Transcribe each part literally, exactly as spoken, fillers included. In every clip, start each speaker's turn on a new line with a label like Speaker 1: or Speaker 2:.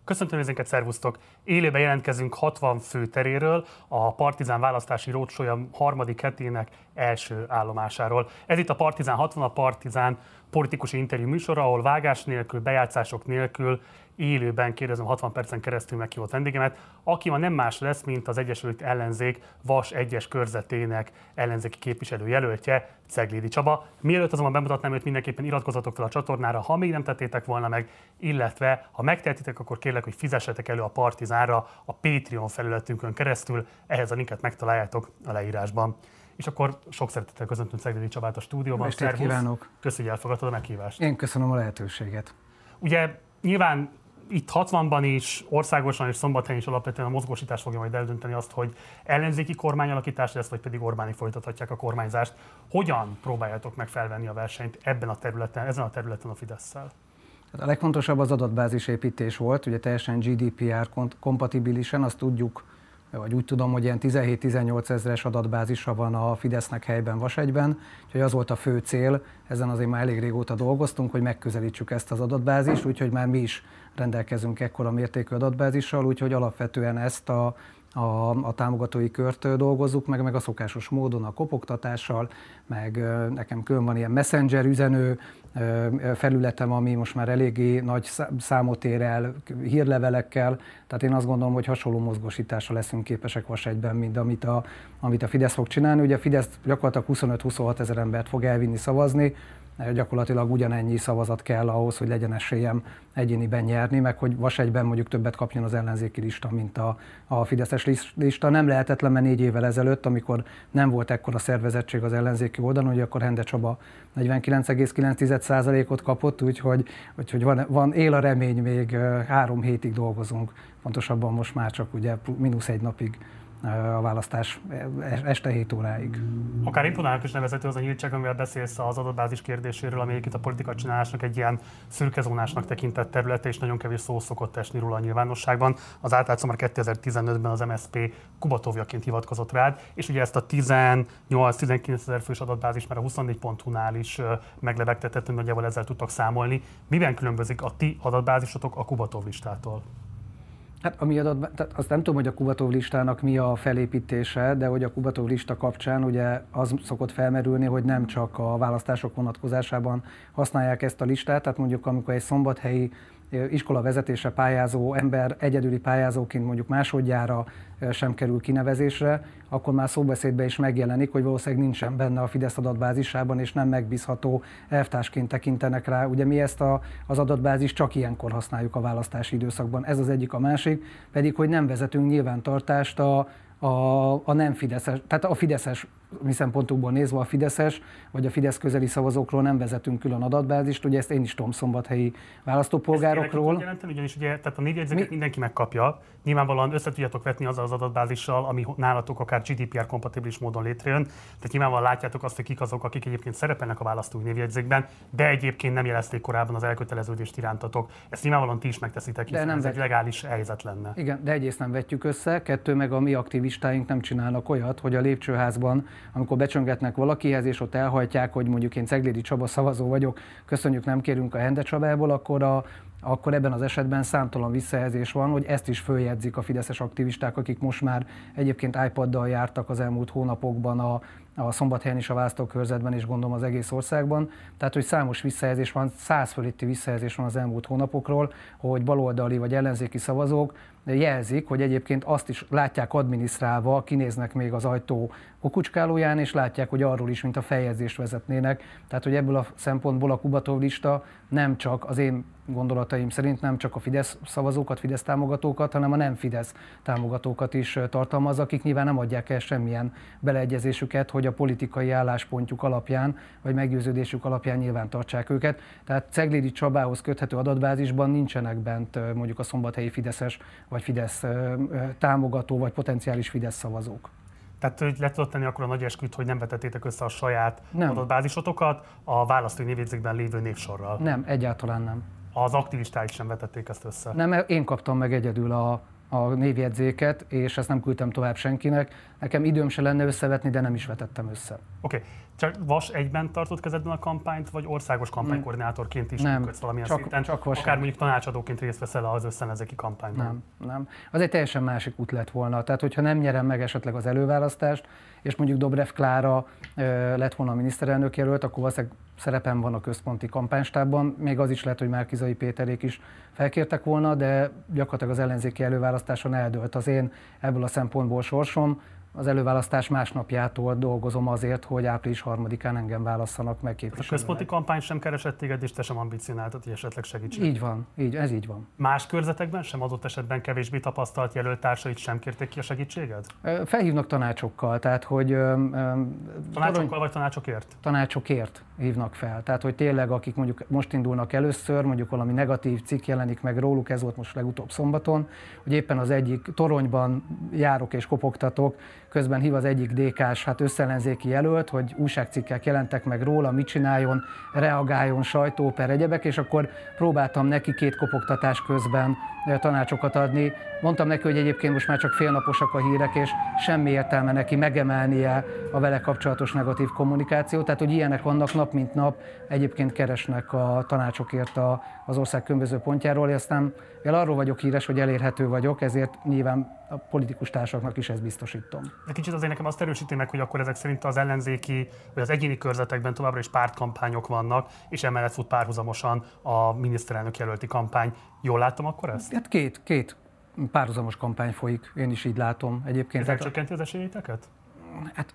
Speaker 1: Köszöntöm nézőinket, szervusztok! Élőben jelentkezünk hatvan fő teréről, a Partizán választási roadshow harmadik hetének első állomásáról. Ez itt a Partizán hatvan, a Partizán politikusi interjú műsora, ahol vágás nélkül, bejátszások nélkül élőben kérdezem hatvan percen keresztül meghívott vendégemet, aki ma nem más lesz, mint az Egyesült Ellenzék Vas egyes körzetének ellenzéki képviselőjelöltje, Ceglédi Csaba. Mielőtt azonban bemutatnám őt, mindenképpen iratkozzatok fel a csatornára, ha még nem tettétek volna meg, illetve ha megtehetitek, akkor kérlek, hogy fizessetek elő a Partizánra a Patreon felületünkön keresztül, ehhez a linket megtaláljátok a leírásban. És akkor sok szeretettel köszöntöm Ceglédi Csabát a stúdióban.
Speaker 2: Estét kívánok!
Speaker 1: Köszönjük, hogy elfogadtad a meghívást.
Speaker 2: Én köszönöm a lehetőséget.
Speaker 1: Ugye nyilván itt hatvanban is, országosan és Szombathelyen is alapvetően a mozgósítás fogja majd eldönteni azt, hogy ellenzéki kormányalakítás lesz, vagy pedig Orbáni folytathatják a kormányzást. Hogyan próbáljátok meg felvenni a versenyt ebben a területen, ezen a területen a Fidesszel?
Speaker 2: A legfontosabb az adatbázis építés volt, ugye teljesen G D P R kompatibilisen, azt tudjuk, vagy úgy tudom, hogy ilyen tizenhét-tizennyolc ezres adatbázisa van a Fidesznek helyben Vasegyben, úgyhogy az volt a fő cél, ezen azért már elég régóta dolgoztunk, hogy megközelítsük ezt az adatbázist, úgyhogy már mi is rendelkezünk ekkora mértékű adatbázissal, úgyhogy alapvetően ezt a, a, a támogatói kört dolgozzuk meg, meg a szokásos módon a kopogtatással, meg nekem külön van ilyen messenger üzenő felületem, ami most már eléggé nagy számot ér el hírlevelekkel, tehát én azt gondolom, hogy hasonló mozgósításra leszünk képesek Vasegyben, mint amit a, amit a Fidesz fog csinálni. Ugye a Fidesz gyakorlatilag huszonöt-huszonhat ezer embert fog elvinni szavazni, gyakorlatilag ugyanennyi szavazat kell ahhoz, hogy legyen esélyem egyéniben nyerni, meg hogy Vasegyben mondjuk többet kapjon az ellenzéki lista, mint a, a fideszes lista. Nem lehetetlen, mert négy évvel ezelőtt, amikor nem volt ekkora szervezettség az ellenzéki oldalon, hogy akkor Hende Csaba negyvenkilenc egész kilenc százalékot kapott, úgyhogy, úgyhogy van, van, él a remény, még három hétig dolgozunk, pontosabban most már csak ugye mínusz egy napig a választás este hét óráig.
Speaker 1: Akár imponálnak is nevezhető az a nyíltság, amivel beszélsz az adatbázis kérdéséről, ami itt a politika csinálásnak egy ilyen szürkezónásnak tekintett területe, és nagyon kevés szó szokott esni róla a nyilvánosságban. Az átlátszó már kétezer-tizenötben az M S Z P Kubatovjaként hivatkozott rád, és ugye ezt a tizennyolc-tizenkilenc ezer fős adatbázis már a huszonnégy pont hu-nál is meglebegtetett, hogy nagyjából ezzel tudtak számolni. Miben különbözik a ti adatbázisotok a Kubatov listától?
Speaker 2: Hát ami adat, tehát azt nem tudom, hogy a Kubatov listának mi a felépítése, de hogy a Kubatov lista kapcsán ugye az szokott felmerülni, hogy nem csak a választások vonatkozásában használják ezt a listát, tehát mondjuk amikor egy szombathelyi iskola vezetése pályázó ember egyedüli pályázóként mondjuk másodjára sem kerül kinevezésre, akkor már szóbeszédben is megjelenik, hogy valószínűleg nincsen benne a Fidesz adatbázisában, és nem megbízható elvtársként tekintenek rá. Ugye mi ezt a, az adatbázis csak ilyenkor használjuk a választási időszakban. Ez az egyik, a másik, pedig hogy nem vezetünk nyilvántartást a A, a nem fideszes, tehát a fideszes, mi szempontokból nézve a fideszes, vagy a Fidesz közeli szavazókról nem vezetünk külön adatbázist, ugye ezt én is tudom szombathelyi választópolgárokról.
Speaker 1: Ezt jelenteni, ugyanis ugye, tehát a névjegyzéket mi? Mindenki megkapja, nyilvánvalóan össze tudjátok vetni azzal az adatbázissal, ami nálatok akár G D P R kompatibilis módon létrejön, tehát nyilvánvalóan látjátok azt, hogy kik azok, akik egyébként szerepelnek a választói névjegyzékben, de egyébként nem jelezték korábban az elköteleződést irántatok. Ezt nyilvánvalóan ti is megteszitek, hiszen ez egy legális helyzet lenne.
Speaker 2: Igen, de egyrészt nem vetjük össze, kettő meg a mi aktivistáink nem csinálnak olyat, hogy a lépcsőházban, amikor becsöngetnek valakihez, és ott elhajtják, hogy mondjuk én Ceglédi Csaba szavazó vagyok, köszönjük, nem kérünk a Hende Csabából, akkor, a, akkor ebben az esetben számtalan visszajelzés van, hogy ezt is följegyzik a fideszes aktivisták, akik most már egyébként iPaddal jártak az elmúlt hónapokban a, a Szombathelyen is, a választókörzetben és gondolom az egész országban. Tehát, hogy számos visszajelzés van, száz fölötti visszajelzés van az elmúlt hónapokról, hogy baloldali vagy ellenzéki szavazók jelzik, hogy egyébként azt is látják adminisztrálva, kinéznek még az ajtó kukucskálóján, és látják, hogy arról is, mint a feljegyzést vezetnének. Tehát, hogy ebből a szempontból a Kubatov lista nem csak az én gondolataim szerint nem csak a Fidesz szavazókat, Fidesz támogatókat, hanem a nem Fidesz támogatókat is tartalmaz, akik nyilván nem adják el semmilyen beleegyezésüket, hogy a politikai álláspontjuk alapján, vagy meggyőződésük alapján nyilván tartsák őket. Tehát Ceglédi Csabához köthető adatbázisban nincsenek bent mondjuk a szombathelyi fideszes, vagy Fidesz támogató, vagy potenciális Fidesz szavazók.
Speaker 1: Tehát, hogy le tudod tenni akkor a nagy esküt, hogy nem vetettétek össze a saját
Speaker 2: nem.
Speaker 1: adatbázisotokat a választói névjegyzékben lévő névsorral?
Speaker 2: Nem, egyáltalán nem.
Speaker 1: Az aktivistáik sem vetették ezt össze?
Speaker 2: Nem, én kaptam meg egyedül a, a névjegyzéket, és ezt nem küldtem tovább senkinek. Nekem időm se lenne összevetni, de nem is vetettem össze.
Speaker 1: Oké. Okay. Csak Vas egyben tartott kezedben a kampányt, vagy országos kampánykoordinátorként is
Speaker 2: nem,
Speaker 1: működsz valamilyen
Speaker 2: csak,
Speaker 1: szinten?
Speaker 2: Csak Vas.
Speaker 1: Akár mondjuk tanácsadóként részt veszel az összenezeki kampányban?
Speaker 2: Nem, nem. Az egy teljesen másik út lett volna. Tehát, hogyha nem nyerem meg esetleg az előválasztást, és mondjuk Dobrev Klára ö, lett volna a miniszterelnök jelölt, akkor valószínűleg szerepem van a központi kampánystábban. Még az is lehet, hogy Márki-Zay Péterék is felkértek volna, de gyakorlatilag az ellenzéki előválasztáson eldőlt az én ebből a szempontból sorsom. Az előválasztás másnapjától dolgozom azért, hogy április harmadikán engem válasszanak meg képviselőnek.
Speaker 1: A központi kampány sem keresett téged, és te sem ambicionáltad, hogy esetleg segítség.
Speaker 2: Így van, így, ez így van.
Speaker 1: Más körzetekben sem, adott esetben kevésbé tapasztalt jelöltársait sem kérték ki a segítséged?
Speaker 2: Felhívnak tanácsokkal, tehát hogy...
Speaker 1: Tanácsokkal torony... vagy tanácsokért?
Speaker 2: Tanácsokért hívnak fel. Tehát, hogy tényleg, akik mondjuk most indulnak először, mondjuk valami negatív cikk jelenik meg róluk, ez volt most legutóbb szombaton, hogy éppen az egyik toronyban járok és kopogtatok, közben hív az egyik dé ká-s hát összellenzéki jelölt, hogy újságcikkek jelentek meg róla, mit csináljon, reagáljon, sajtó per egyebek, és akkor próbáltam neki két kopogtatás közben tanácsokat adni. Mondtam neki, hogy egyébként most már csak félnaposak a hírek, és semmi értelme neki megemelnie a vele kapcsolatos negatív kommunikációt. Tehát, hogy ilyenek vannak nap mint nap, egyébként keresnek a tanácsokért a, az ország különböző pontjáról, és aztán én arról vagyok híres, hogy elérhető vagyok, ezért nyilván a politikus társaknak is ezt biztosítom.
Speaker 1: De kicsit azért nekem azt erősíti meg, hogy akkor ezek szerint az ellenzéki, vagy az egyéni körzetekben továbbra is pártkampányok vannak, és emellett fut párhuzamosan a miniszterelnök jelölti kampány. Jól látom akkor ezt?
Speaker 2: Hát két, két párhuzamos kampány folyik, én is így látom egyébként.
Speaker 1: Ez megcsökkenti az esélyiteket?
Speaker 2: Hát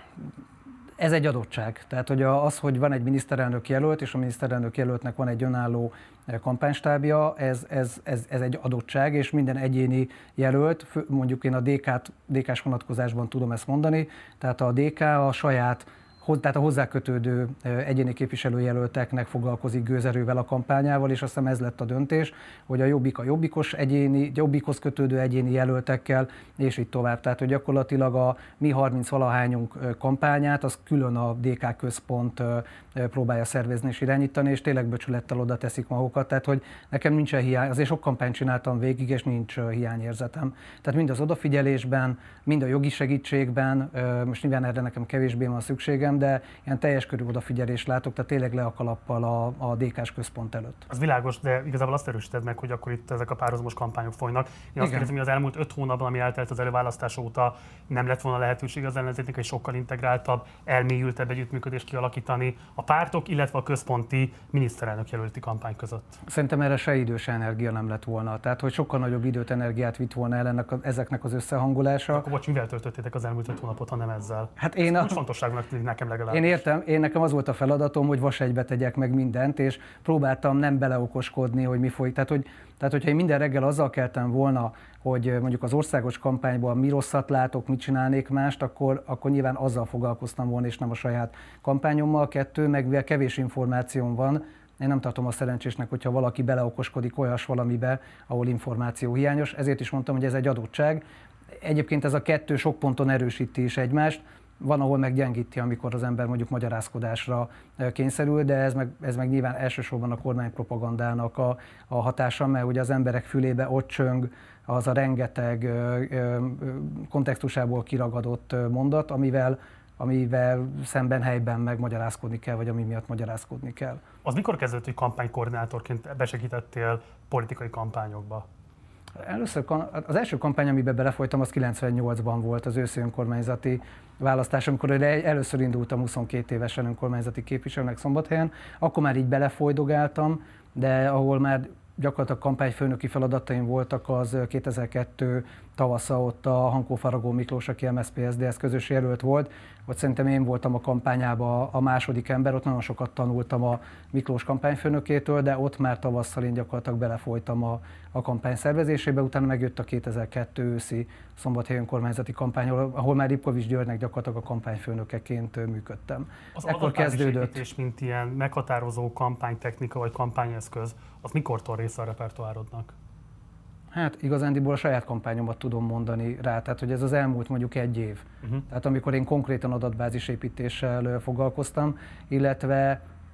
Speaker 2: ez egy adottság. Tehát, hogy az, hogy van egy miniszterelnök jelölt, és a miniszterelnök jelöltnek van egy önálló kampánystábja, ez, ez, ez, ez egy adottság, és minden egyéni jelölt, mondjuk én a dé ká-t, dé ká-s vonatkozásban tudom ezt mondani, tehát a dé ká a saját, tehát a hozzákötődő egyéni képviselőjelölteknek foglalkozik gőzerővel a kampányával, és azt hiszem ez lett a döntés, hogy a Jobbik a jobbikos egyéni, jobbikhoz kötődő egyéni jelöltekkel, és így tovább. Tehát, hogy gyakorlatilag a mi harminc-valahányunk kampányát, az külön a dé ká központ próbálja szervezni és irányítani, és tényleg becsülettel oda teszik magukat. Tehát, hogy nekem nincsen hiány, azért sok kampányt csináltam végig, és nincs hiányérzetem. Tehát mind az odafigyelésben, mind a jogi segítségben, most nyilván erre nekem kevésbé van szükségem, de ilyen teljes körű odafigyelést látok, tehát tényleg le a kalappal a, a dé ká-s központ előtt.
Speaker 1: Az világos, de igazából azt erősíted meg, hogy akkor itt ezek a párhuzamos kampányok folynak. Én azt kérdezem, hogy az elmúlt öt hónapban, ami eltelt az előválasztás óta, nem lett volna lehetőség az ellenzéknek egy sokkal integráltabb, elmélyültebb együttműködést kialakítani a pártok, illetve a központi miniszterelnök jelölti kampány között?
Speaker 2: Szerintem erre se idő, se energia nem lett volna. Tehát, hogy sokkal nagyobb időt, energiát vitt volna el ennek a, ezeknek az összehangolása.
Speaker 1: Akkor bocs, mivel töltöttétek az elmúlt öt hónapot, ha nem ezzel?
Speaker 2: Hát én a...
Speaker 1: fontosságnak tűnik nekem legalábbis.
Speaker 2: Én értem, én nekem az volt a feladatom, hogy vas egybe tegyek meg mindent, és próbáltam nem beleokoskodni, hogy mi folyik. Tehát, hogy, tehát, hogyha én minden reggel azzal keltem volna, hogy mondjuk az országos kampányban mi rosszat látok, mit csinálnék mást, akkor, akkor nyilván azzal foglalkoztam volna, és nem a saját kampányommal. Kettő, meg mivel kevés információm van, én nem tartom a szerencsésnek, hogyha valaki beleokoskodik olyas valamibe, ahol információ hiányos. Ezért is mondtam, hogy ez egy adottság. Egyébként ez a kettő sok ponton erősíti is egymást. Van, ahol meggyengíti, amikor az ember mondjuk magyarázkodásra kényszerül, de ez meg, ez meg nyilván elsősorban a kormánypropagandának a, a hatása, mert ugye az emberek fülébe ott csöng az a rengeteg ö, ö, kontextusából kiragadott mondat, amivel, amivel szemben helyben megmagyarázkodni kell, vagy ami miatt magyarázkodni kell.
Speaker 1: Az mikor kezdett, hogy kampánykoordinátorként besegítettél politikai kampányokba?
Speaker 2: Először, az első kampány, amiben belefolytam, az kilencvennyolcban volt, az őszi önkormányzati választás, amikor először indultam huszonkét évesen önkormányzati képviselőnek Szombathelyen. Akkor már így belefolydogáltam, de ahol már gyakorlatilag kampányfőnöki feladataim voltak, az kétezer-kettő tavasza, ott a Hankó Faragó Miklós, aki em es zé pé es dé es közös jelölt volt, ott szerintem én voltam a kampányában a második ember, ott nagyon sokat tanultam a Miklós kampányfőnökétől, de ott már tavasszal én gyakorlatilag belefolytam a, a kampány szervezésébe, utána megjött a kétezer-kettő őszi Szombathely önkormányzati kampány, ahol már Ipkovics Györgynek gyakorlatilag a kampányfőnökeként működtem.
Speaker 1: Az adatbázisépítés, mint ilyen meghatározó kampánytechnika vagy kampányeszköz, az mikortól része a repertoárodnak?
Speaker 2: Hát igazándiból a saját kampányomat tudom mondani rá, tehát hogy ez az elmúlt mondjuk egy év. Uh-huh. Tehát amikor én konkrétan adatbázisépítéssel foglalkoztam, illetve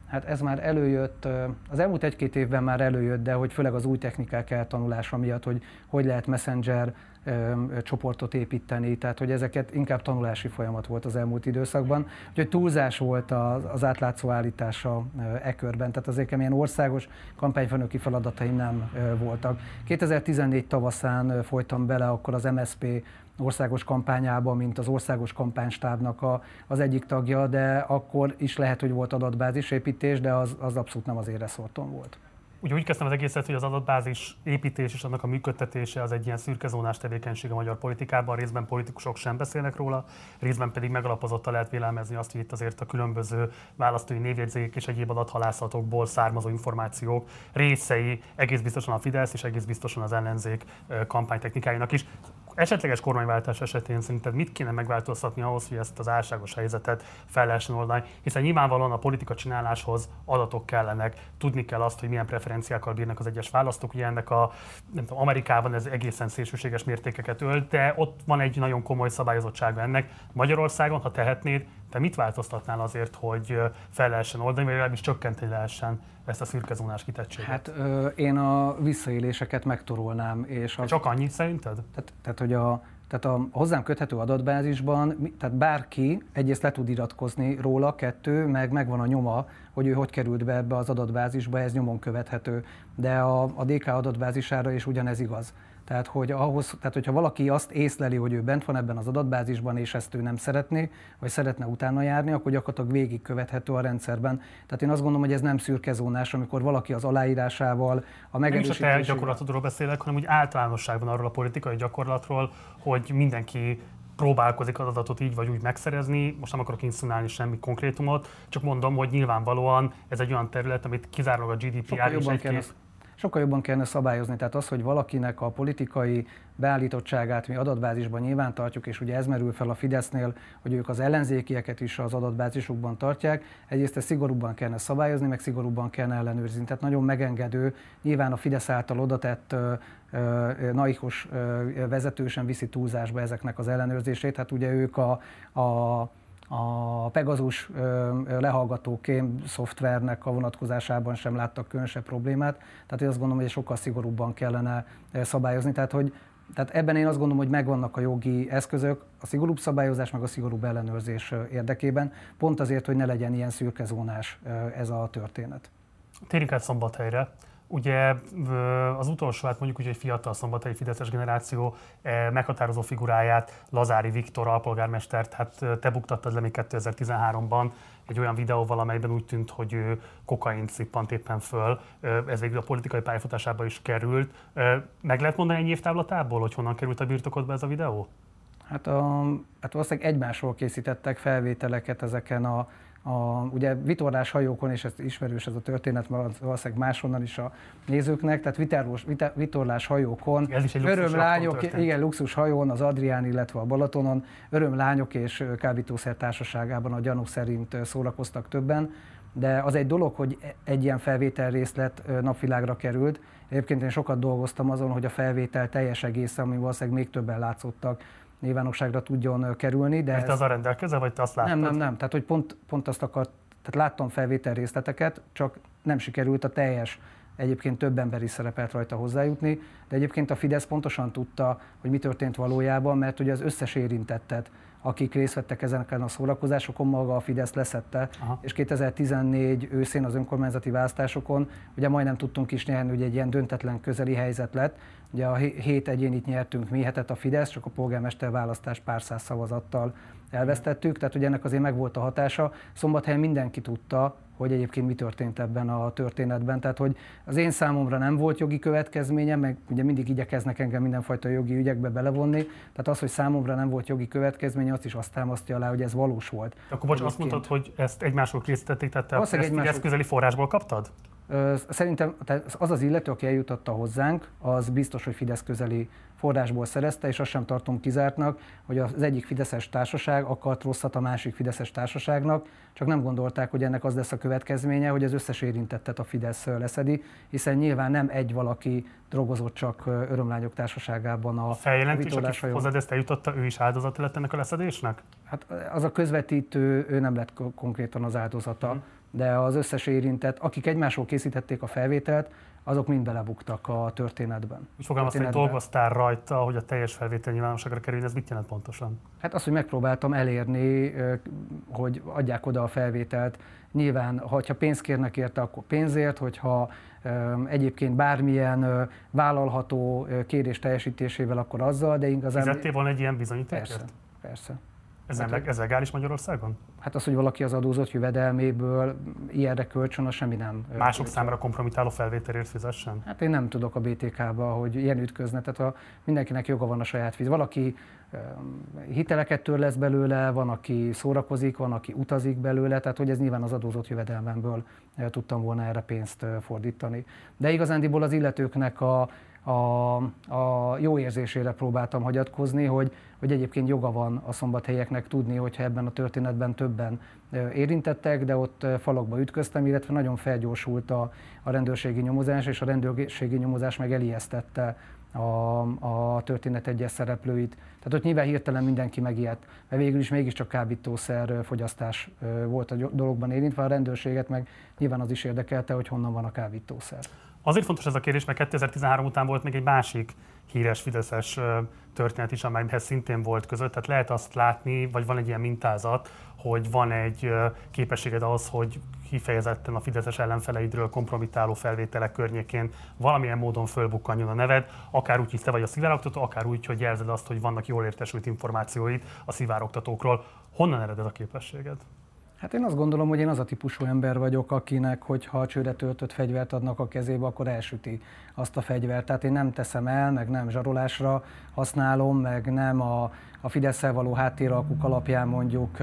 Speaker 2: Hát ez már előjött, az elmúlt egy-két évben már előjött, de hogy főleg az új technikák eltanulása miatt, hogy hogy lehet Messenger csoportot építeni, tehát hogy ezeket inkább tanulási folyamat volt az elmúlt időszakban. Úgyhogy túlzás volt az, az átlátszó állítása e körben, tehát azért ilyen országos kampányfőnöki feladataim nem voltak. kétezer-tizennégy tavaszán folytam bele akkor az em es zé pé országos kampányába, mint az országos kampánystábnak a, az egyik tagja, de akkor is lehet, hogy volt adatbázisépítés, de az, az abszolút nem az én reszortom volt.
Speaker 1: Ugye úgy kezdtem az egészet, hogy az adatbázis építés és annak a működtetése az egy ilyen szürkezónás tevékenység a magyar politikában, részben politikusok sem beszélnek róla, részben pedig megalapozottan lehet vélelmezni azt, hogy itt azért a különböző választói névjegyzék és egyéb adathalászatokból származó információk részei egész biztosan a Fidesz és egész biztosan az ellenzék kampánytechnikáinak is. Esetleges kormányváltás esetén szerinted mit kéne megváltoztatni ahhoz, hogy ezt az álságos helyzetet fel lehessen oldani? Hiszen nyilvánvalóan a politika csináláshoz adatok kellenek, tudni kell azt, hogy milyen preferenciákkal bírnak az egyes választók. Ugye ennek a, nem tudom, Amerikában ez egészen szélsőséges mértékeket ölt, de ott van egy nagyon komoly szabályozottsága ennek. Magyarországon, ha tehetnéd, te mit változtatnál azért, hogy fel lehessen oldani, vagy legalábbis csökkenteni lehessen ezt a szürkezónás kitettséget?
Speaker 2: Hát ö, én a visszaéléseket megtorolnám. És az,
Speaker 1: csak annyi szerinted?
Speaker 2: Tehát, tehát hogy a, tehát a hozzám köthető adatbázisban, tehát bárki egyrészt le tud iratkozni róla, kettő, meg megvan a nyoma, hogy ő hogy került be ebbe az adatbázisba, ez nyomon követhető. De a, a dé ká adatbázisára is ugyanez igaz. Tehát, hogy ahhoz, tehát, hogyha valaki azt észleli, hogy ő bent van ebben az adatbázisban, és ezt ő nem szeretné, vagy szeretne utána járni, akkor gyakorlatilag végigkövethető a rendszerben. Tehát én azt gondolom, hogy ez nem szürkezónás, amikor valaki az aláírásával, a megerősítésével...
Speaker 1: Nem is a te gyakorlatodról beszélek, hanem úgy általánosságban arról a politikai gyakorlatról, hogy mindenki próbálkozik az adatot így vagy úgy megszerezni. Most nem akarok inszunálni semmi konkrétumot, csak mondom, hogy nyilvánvalóan ez egy olyan terület, amit kizárólag a gé dé pé er és egy-két...
Speaker 2: Sokkal jobban kellene szabályozni, tehát az, hogy valakinek a politikai beállítottságát mi adatbázisban nyilvántartjuk, és ugye ez merül fel a Fidesznél, hogy ők az ellenzékieket is az adatbázisukban tartják, egyrészt ezt szigorúbban kellene szabályozni, meg szigorúbban kellene ellenőrizni. Tehát nagyon megengedő, nyilván a Fidesz által odatett naikos vezető sem viszi túlzásba ezeknek az ellenőrzését, hát ugye ők a, a A Pegasus lehallgató kém szoftvernek a vonatkozásában sem láttak különösebb problémát, tehát én azt gondolom, hogy sokkal szigorúbban kellene szabályozni. Tehát, hogy, tehát ebben én azt gondolom, hogy megvannak a jogi eszközök a szigorúbb szabályozás, meg a szigorúbb ellenőrzés érdekében, pont azért, hogy ne legyen ilyen szürkezónás ez a történet.
Speaker 1: Térjünk át Szombathelyre. Ugye az utolsó, hát mondjuk úgy, hogy fiatal szombathelyi fideszes generáció meghatározó figuráját, Lazári Viktor alpolgármestert, hát te buktattad le még kétezer-tizenháromban egy olyan videóval, amelyben úgy tűnt, hogy ő kokaint szippant éppen föl. Ez végül a politikai pályafutásába is került. Meg lehet mondani egy évtávlatából, hogy honnan került a birtokodba ez a videó?
Speaker 2: Hát, a, hát valószínűleg egymásról készítettek felvételeket ezeken a A, ugye vitorlás hajókon, és ez ismerős ez a történet, mert valószínűleg máshonnan is a nézőknek, tehát vitorlás, vitorlás hajókon, örömlányok, igen, luxus hajón, az Adrián, illetve a Balatonon, örömlányok és kábítószer társaságában a gyanú szerint szórakoztak többen, de az egy dolog, hogy egy ilyen felvételrészlet napvilágra került. Egyébként én sokat dolgoztam azon, hogy a felvétel teljes egésze, ami valószínűleg még többen látszottak, nyilvánosságra tudjon kerülni. De
Speaker 1: te azzal rendelkezel, vagy te azt láttad?
Speaker 2: Nem, nem, nem. Tehát, hogy pont, pont azt akart, tehát láttam felvétel részleteket, csak nem sikerült a teljes, egyébként több ember is szerepelt rajta hozzájutni, de egyébként a Fidesz pontosan tudta, hogy mi történt valójában, mert ugye az összes érintettet, akik részt vettek ezeken a szórakozásokon, maga a Fidesz leszette, aha. És kétezer-tizennégy őszén az önkormányzati választásokon ugye majdnem tudtunk is nyerni, hogy egy ilyen döntetlen közeli helyzet lett. Ugye a hét egyénit nyertünk mi, hetet a Fidesz, csak a polgármester választás pár száz szavazattal elvesztettük, tehát ugye ennek azért megvolt a hatása. Szombathelyen mindenki tudta, hogy egyébként mi történt ebben a történetben. Tehát, hogy az én számomra nem volt jogi következménye, meg ugye mindig igyekeznek engem mindenfajta jogi ügyekbe belevonni. Tehát az, hogy számomra nem volt jogi következménye, azt is azt támasztja alá, hogy ez valós volt.
Speaker 1: Akkor bocs, azt mondtad, hogy ezt egymásról készítették, tehát te ezt egymásról... közeli forrásból kaptad?
Speaker 2: Szerintem az az illető, aki eljutatta hozzánk, az biztos, hogy Fidesz közeli forrásból szerezte, és azt sem tartom kizártnak, hogy az egyik fideszes társaság akart rosszat a másik fideszes társaságnak, csak nem gondolták, hogy ennek az lesz a következménye, hogy az összes érintettet a Fidesz leszedi, hiszen nyilván nem egy valaki drogozott csak örömlányok társaságában a
Speaker 1: feljelentés, aki hozzád ezt eljutatta, ő is áldozata lett ennek a leszedésnek?
Speaker 2: Hát az a közvetítő, ő nem lett konkrétan az áldozata. Hmm. de az összes érintett, akik egymásról készítették a felvételt, azok mind belebuktak a történetben.
Speaker 1: Úgy fogalmaztam, hogy dolgoztál rajta, hogy a teljes felvétel nyilvánosságra kerüljön, ez mit jelent pontosan?
Speaker 2: Hát azt, hogy megpróbáltam elérni, hogy adják oda a felvételt. Nyilván, ha pénzt kérnek érte, akkor pénzért, hogyha egyébként bármilyen vállalható kérés teljesítésével, akkor azzal, de igazán...
Speaker 1: Fizettél volna egy ilyen bizonyítékért?
Speaker 2: Persze, persze.
Speaker 1: Ez, hát, nem, ez legális Magyarországon?
Speaker 2: Hát az, hogy valaki az adózott jövedelméből ilyenre kölcsön, az semmi nem.
Speaker 1: Mások számára kompromitáló felvételért fizessen?
Speaker 2: Hát én nem tudok a bé té ká-ba, hogy ilyen ütközne, tehát a, mindenkinek joga van a saját víz. Valaki hiteleket törlesz belőle, van, aki szórakozik, van, aki utazik belőle, tehát hogy ez nyilván az adózott jövedelmemből tudtam volna erre pénzt fordítani. De igazándiból az illetőknek a, a, a jó érzésére próbáltam hagyatkozni, hogy, hogy egyébként joga van a szombathelyeknek tudni, hogyha ebben a történetben többen érintettek, de ott falakba ütköztem, illetve nagyon felgyorsult a, a rendőrségi nyomozás, és a rendőrségi nyomozás meg elijesztette a, a történet egyes szereplőit. Tehát ott nyilván hirtelen mindenki megijedt, mert végül is mégiscsak kábítószer fogyasztás volt a dologban érintve, a rendőrséget meg nyilván az is érdekelte, hogy honnan van a kábítószer.
Speaker 1: Azért fontos ez a kérdés, mert kétezer-tizenhárom után volt még egy másik híres fideszes történet is, amelyhez szintén volt között. Tehát lehet azt látni, vagy van egy ilyen mintázat, hogy van egy képességed ahhoz, hogy kifejezetten a fideszes ellenfeleidről kompromitáló felvételek környékén valamilyen módon fölbukkanjon a neved, akár úgy, hogy te vagy a szivárogtató, akár úgy, hogy jelzed azt, hogy vannak jól értesült információid a szivárogtatókról. Honnan ered ez a képességed?
Speaker 2: Hát én azt gondolom, hogy én az a típusú ember vagyok, akinek, hogyha csőre töltött fegyvert adnak a kezébe, akkor elsüti azt a fegyvert. Tehát én nem teszem el, meg nem zsarolásra használom, meg nem a, a Fidesszel való háttéralkuk alapján mondjuk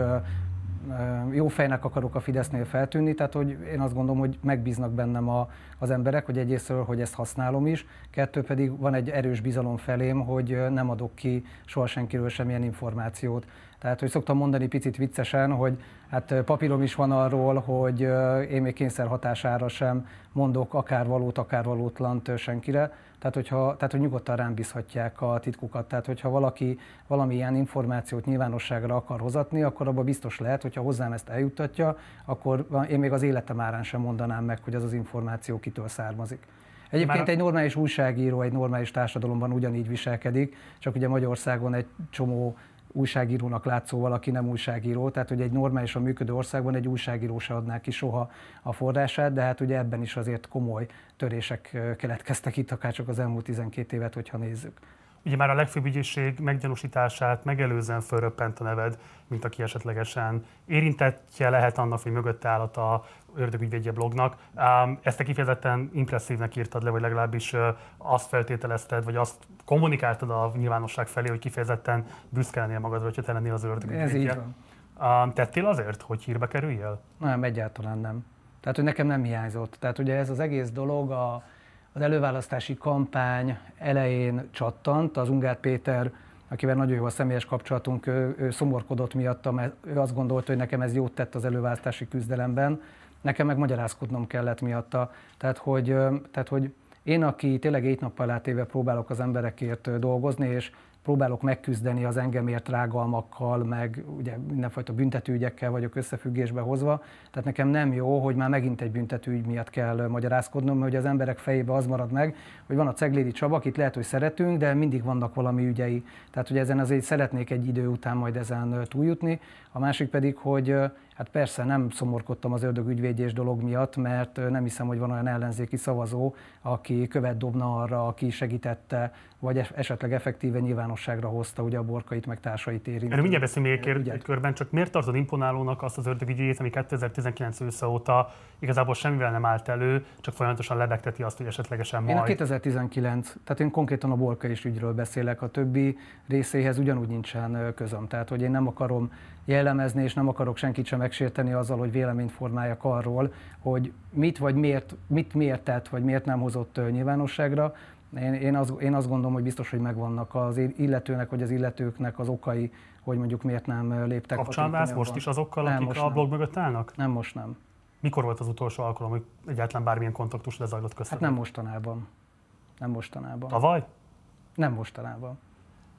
Speaker 2: jó fejnek akarok a Fidesznél feltűnni, tehát hogy én azt gondolom, hogy megbíznak bennem a, az emberek, hogy egyrésztről, hogy ezt használom is, kettő pedig van egy erős bizalom felém, hogy nem adok ki soha senkiről semmilyen információt. Tehát, hogy szoktam mondani picit viccesen, hogy hát papírom is van arról, hogy én még kényszer hatására sem mondok akár valót, akár valótlant senkire. Tehát, hogyha, tehát, hogy nyugodtan rám bízhatják a titkukat. Tehát, hogyha valaki valamilyen információt nyilvánosságra akar hozatni, akkor abban biztos lehet, hogyha hozzám ezt eljuttatja, akkor én még az életem árán sem mondanám meg, hogy az az információ kitől származik. Egyébként egy normális újságíró egy normális társadalomban ugyanígy viselkedik, csak ugye Magyarországon egy csomó újságírónak látszó valaki nem újságíró, tehát hogy egy normálisan működő országban egy újságíró se adná ki soha a forrását, de hát ugye ebben is azért komoly törések keletkeztek itt, akár csak az elmúlt tizenkét évet, hogyha nézzük.
Speaker 1: Ugye már a legfőbb ügyészség meggyanúsítását megelőzően fölröppent a neved, mint aki esetlegesen érintettje lehet annak, hogy mögötte állat a Ördögügyvédje blognak. Ezt te kifejezetten impresszívnek írtad le, vagy legalábbis azt feltételezted, vagy azt kommunikáltad a nyilvánosság felé, hogy kifejezetten büszke lennél magadra, hogyha te lennél az Ördögügyvédje.
Speaker 2: Ez így van.
Speaker 1: Tettél azért, hogy hírbe kerüljél?
Speaker 2: Nem, egyáltalán nem. Tehát, hogy nekem nem hiányzott. Tehát ugye ez az egész dolog a Az előválasztási kampány elején csattant, az Ungár Péter, akivel nagyon jó a személyes kapcsolatunk, ő, ő szomorkodott miattam, ő azt gondolta, hogy nekem ez jót tett az előválasztási küzdelemben, nekem meg magyarázkodnom kellett miatta. Tehát hogy, tehát, hogy én, aki tényleg egy nappal átéve próbálok az emberekért dolgozni, és próbálok megküzdeni az engemért rágalmakkal, meg ugye mindenfajta büntetőügyekkel vagyok összefüggésbe hozva. Tehát nekem nem jó, hogy már megint egy büntetőügy miatt kell magyarázkodnom, mert az emberek fejébe az marad meg, hogy van a Ceglédi Csaba, akit lehet, hogy szeretünk, de mindig vannak valami ügyei. Tehát, hogy ezen azért szeretnék egy idő után majd ezen túljutni. A másik pedig, hogy hát persze nem szomorkodtam az ördögügyvédjés dolog miatt, mert nem hiszem, hogy van olyan ellenzéki szavazó, aki követ dobna arra, aki segítette, vagy esetleg effektíve nyilvánosságra hozta ugye a Borkait meg társait érintő.
Speaker 1: Erről mindjárt beszélünk még egy körben, csak miért tartod imponálónak azt az ördögügyvédjét, ami kétezer-tizenkilenc ősze óta igazából semmivel nem állt elő, csak folyamatosan lebegteti azt, hogy esetlegesen majd...
Speaker 2: Én a kétezer-tizenkilenc, tehát én konkrétan a Borkai ügyről beszélek, a többi részéhez ugyanúgy nincsen közöm. Tehát, hogy én nem akarom jellemezni, és nem akarok senkit sem megsérteni azzal, hogy véleményt formáljak arról, hogy mit vagy miért, mit miért tett, vagy miért nem hozott nyilvánosságra. Én, én, az, én azt gondolom, hogy biztos, hogy megvannak az illetőnek, vagy az illetőknek az okai, hogy mondjuk miért nem léptek.
Speaker 1: Kapcsolódás most is azokkal, nem, akik a blog mögött állnak?
Speaker 2: Nem, most nem.
Speaker 1: Mikor volt az utolsó alkalom, hogy egyáltalán bármilyen kontaktus lezajlott köztetek?
Speaker 2: Hát nem mostanában. Nem mostanában.
Speaker 1: Tavaly?
Speaker 2: Nem mostanában.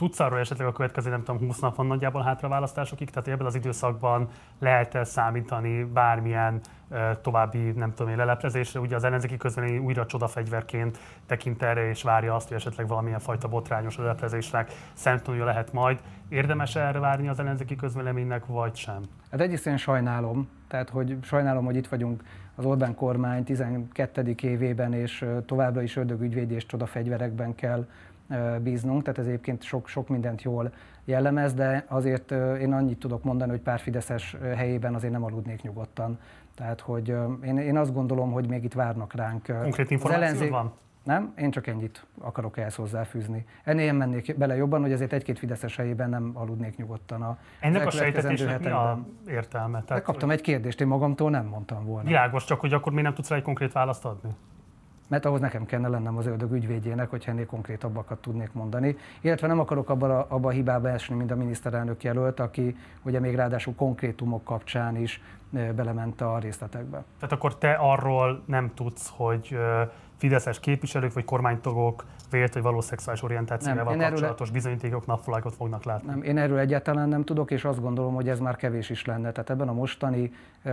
Speaker 1: tudsz arról esetleg a következő, nem tudom, húsz nap van nagyjából hátra választásokig, tehát ebben az időszakban lehet számítani bármilyen további, nem tudom én, leleplezésre. Ugye az ellenzéki közvélemény újra csodafegyverként tekint erre, és várja azt, hogy esetleg valamilyen fajta botrányos leleplezésnek szemtanúja lehet majd. Érdemes erre várni az ellenzéki közvéleménynek, vagy sem?
Speaker 2: Hát egyrészt én sajnálom, tehát hogy sajnálom, hogy itt vagyunk az Orbán kormány tizenkettedik évében, és továbbra is ördögügyvédi és csodafegyverekben kell bíznunk, tehát ez egyébként sok, sok mindent jól jellemez, de azért én annyit tudok mondani, hogy pár fideszes helyében azért nem aludnék nyugodtan. Tehát, hogy én, én azt gondolom, hogy még itt várnak ránk.
Speaker 1: Konkrét információ ellenzék... van?
Speaker 2: Nem, én csak ennyit akarok ehhez hozzáfűzni. Ennél én mennék bele jobban, hogy azért egy-két fideszes helyében nem aludnék nyugodtan. A
Speaker 1: Ennek a sejtetésnek mi a értelme?
Speaker 2: Tehát, kaptam hogy... egy kérdést, én magamtól nem mondtam volna.
Speaker 1: Világos, csak hogy akkor még nem tudsz rá egy konkrét választ adni?
Speaker 2: Mert ahhoz nekem kellene lennem az ördög ügyvédjének, hogyha ennél konkrétabbakat tudnék mondani. Illetve nem akarok abba a, abba a hibába esni, mint a miniszterelnök jelölt, aki ugye még ráadásul konkrétumok kapcsán is belement a részletekbe.
Speaker 1: Tehát akkor te arról nem tudsz, hogy fideszes képviselők vagy kormánytagok vélt vagy valós szexuális orientációjával kapcsolatos erről... bizonyítékok napvilágot fognak látni?
Speaker 2: Nem, én erről egyáltalán nem tudok, és azt gondolom, hogy ez már kevés is lenne. Tehát ebben a mostani ö,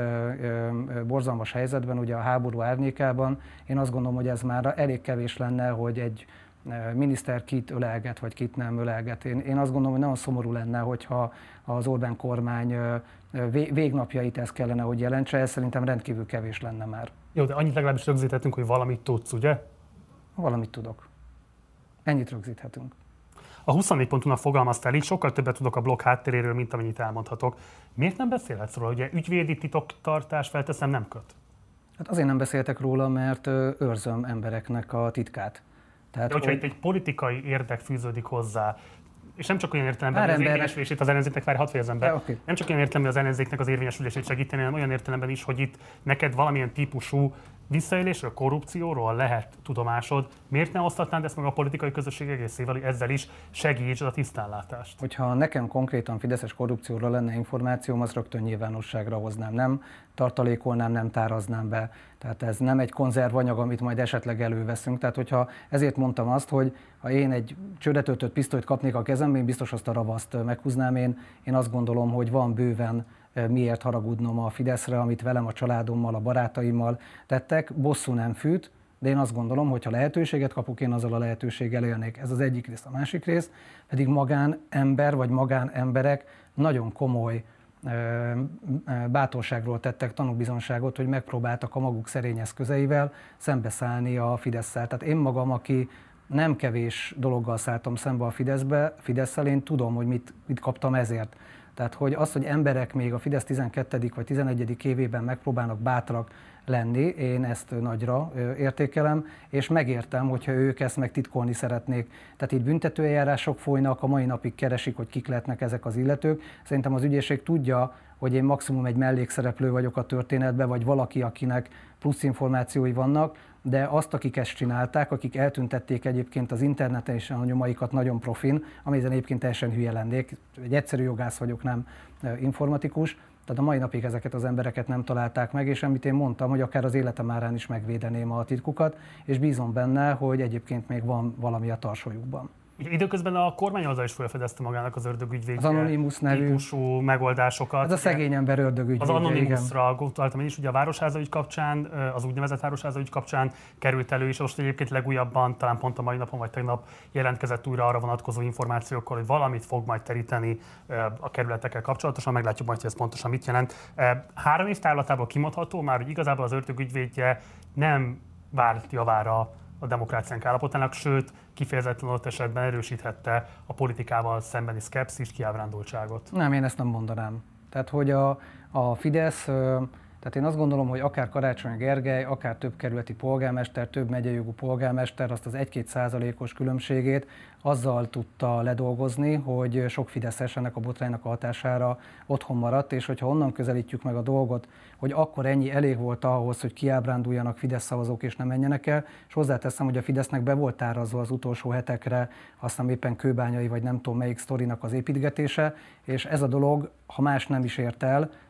Speaker 2: ö, borzalmas helyzetben, ugye a háború árnyékában, én azt gondolom, hogy ez már elég kevés lenne, hogy egy miniszter kit ölelget, vagy kit nem ölelget. Én, én azt gondolom, hogy nagyon szomorú lenne, hogyha az Orbán kormány végnapjait ez kellene, hogy jelentse, ez szerintem rendkívül kevés lenne már.
Speaker 1: Jó, de annyit legalábbis rögzítettünk, hogy valamit tudsz, ugye?
Speaker 2: Valamit tudok. Ennyit rögzíthetünk.
Speaker 1: A huszonnégy pont hu-nak fogalmaztál így, sokkal többet tudok a blog hátteréről, mint amennyit elmondhatok. Miért nem beszélhetsz róla? Ugye ügyvédi titoktartás felteszem nem köt?
Speaker 2: Hát azért nem beszéltek róla, mert őrzöm embereknek a titkát.
Speaker 1: Tehát, de hogyha hogy... itt egy politikai érdek fűződik hozzá, és nem csak olyan értelemben, hogy az érvényesülését az ellenzéknek, várj, hadd fejezem be, ja, okay. nem csak olyan értelemben, hogy az ellenzéknek az érvényesülését segíteni, hanem olyan értelemben is, hogy itt neked valamilyen típusú visszaélésről, korrupcióról lehet tudomásod. Miért ne osztatnád ezt meg a politikai közösség egészével, hogy ezzel is segítsd a tisztánlátást?
Speaker 2: Hogyha nekem konkrétan fideszes korrupcióról lenne információm, az rögtön nyilvánosságra hoznám, nem tartalékolnám, nem táraznám be. Tehát ez nem egy konzervanyag, amit majd esetleg előveszünk. Tehát hogyha ezért mondtam azt, hogy ha én egy csőre töltött pisztolyt kapnék a kezembe, én biztos azt a ravaszt meghúznám. Én, én azt gondolom, hogy van bőven miért haragudnom a Fideszre, amit velem, a családommal, a barátaimmal tettek. Bosszú nem fűt, de én azt gondolom, hogy ha lehetőséget kapok, én azzal a lehetőséggel élnék. Ez az egyik rész. A másik rész pedig magánember vagy magánemberek nagyon komoly bátorságról tettek tanúbizonyságot, hogy megpróbáltak a maguk szerény eszközeivel szembeszállni a Fidesszel. Tehát én magam, aki nem kevés dologgal szálltam szembe a Fideszbe, Fidesszel, én tudom, hogy mit, mit kaptam ezért. Tehát hogy az, hogy emberek még a Fidesz tizenkettedik vagy tizenegyedik évében megpróbálnak bátrak lenni, én ezt nagyra értékelem, és megértem, hogyha ők ezt meg titkolni szeretnék. Tehát itt büntetőeljárások folynak, a mai napig keresik, hogy kik lehetnek ezek az illetők. Szerintem az ügyészség tudja, hogy én maximum egy mellékszereplő vagyok a történetben, vagy valaki, akinek plusz információi vannak, de azt, akik ezt csinálták, akik eltüntették egyébként az interneten is a nyomaikat nagyon profin, ami egyébként teljesen hülye lennék, egy egyszerű jogász vagyok, nem informatikus, tehát a mai napig ezeket az embereket nem találták meg, és amit én mondtam, hogy akár az életem árán is megvédeném a titkukat, és bízom benne, hogy egyébként még van valami a tarsolyukban.
Speaker 1: Időközben a kormány azzal is felfedezte magának az ördögügyvédje
Speaker 2: az Anonymous nevű
Speaker 1: típusú megoldásokat.
Speaker 2: Ez a szegény ember ördögügyvédje.
Speaker 1: Az Anonymousra gondoltam én is, ugye a Városháza ügy kapcsán, az úgynevezett Városháza ügy kapcsán került elő, és most egyébként legújabban, talán pont a mai napon vagy tegnap jelentkezett újra arra vonatkozó információkkal, hogy valamit fog majd teríteni a kerületekkel kapcsolatosan, meglátjuk majd, hogy ez pontosan mit jelent. Három év távlatából kimondható már, hogy igazából az ördögügyvédje nem várt javára a demokráciánk állapotának, sőt, kifejezetten ott esetben erősíthette a politikával szembeni szkepszist, kiábrándultságot.
Speaker 2: Nem, én ezt nem mondanám. Tehát, hogy a, a Fidesz, tehát én azt gondolom, hogy akár Karácsony Gergely, akár több kerületi polgármester, több megyei jogú polgármester azt az egy-két százalékos különbségét azzal tudta ledolgozni, hogy sok fideszes ennek a botránynak a hatására otthon maradt, és hogyha onnan közelítjük meg a dolgot, hogy akkor ennyi elég volt ahhoz, hogy kiábránduljanak Fidesz szavazók és nem menjenek el, és hozzáteszem, hogy a Fidesznek be volt árazva az utolsó hetekre, aztán éppen kőbányai vagy nem tudom melyik sztorinak az építgetése, és ez a dolog, ha más nem is ért el,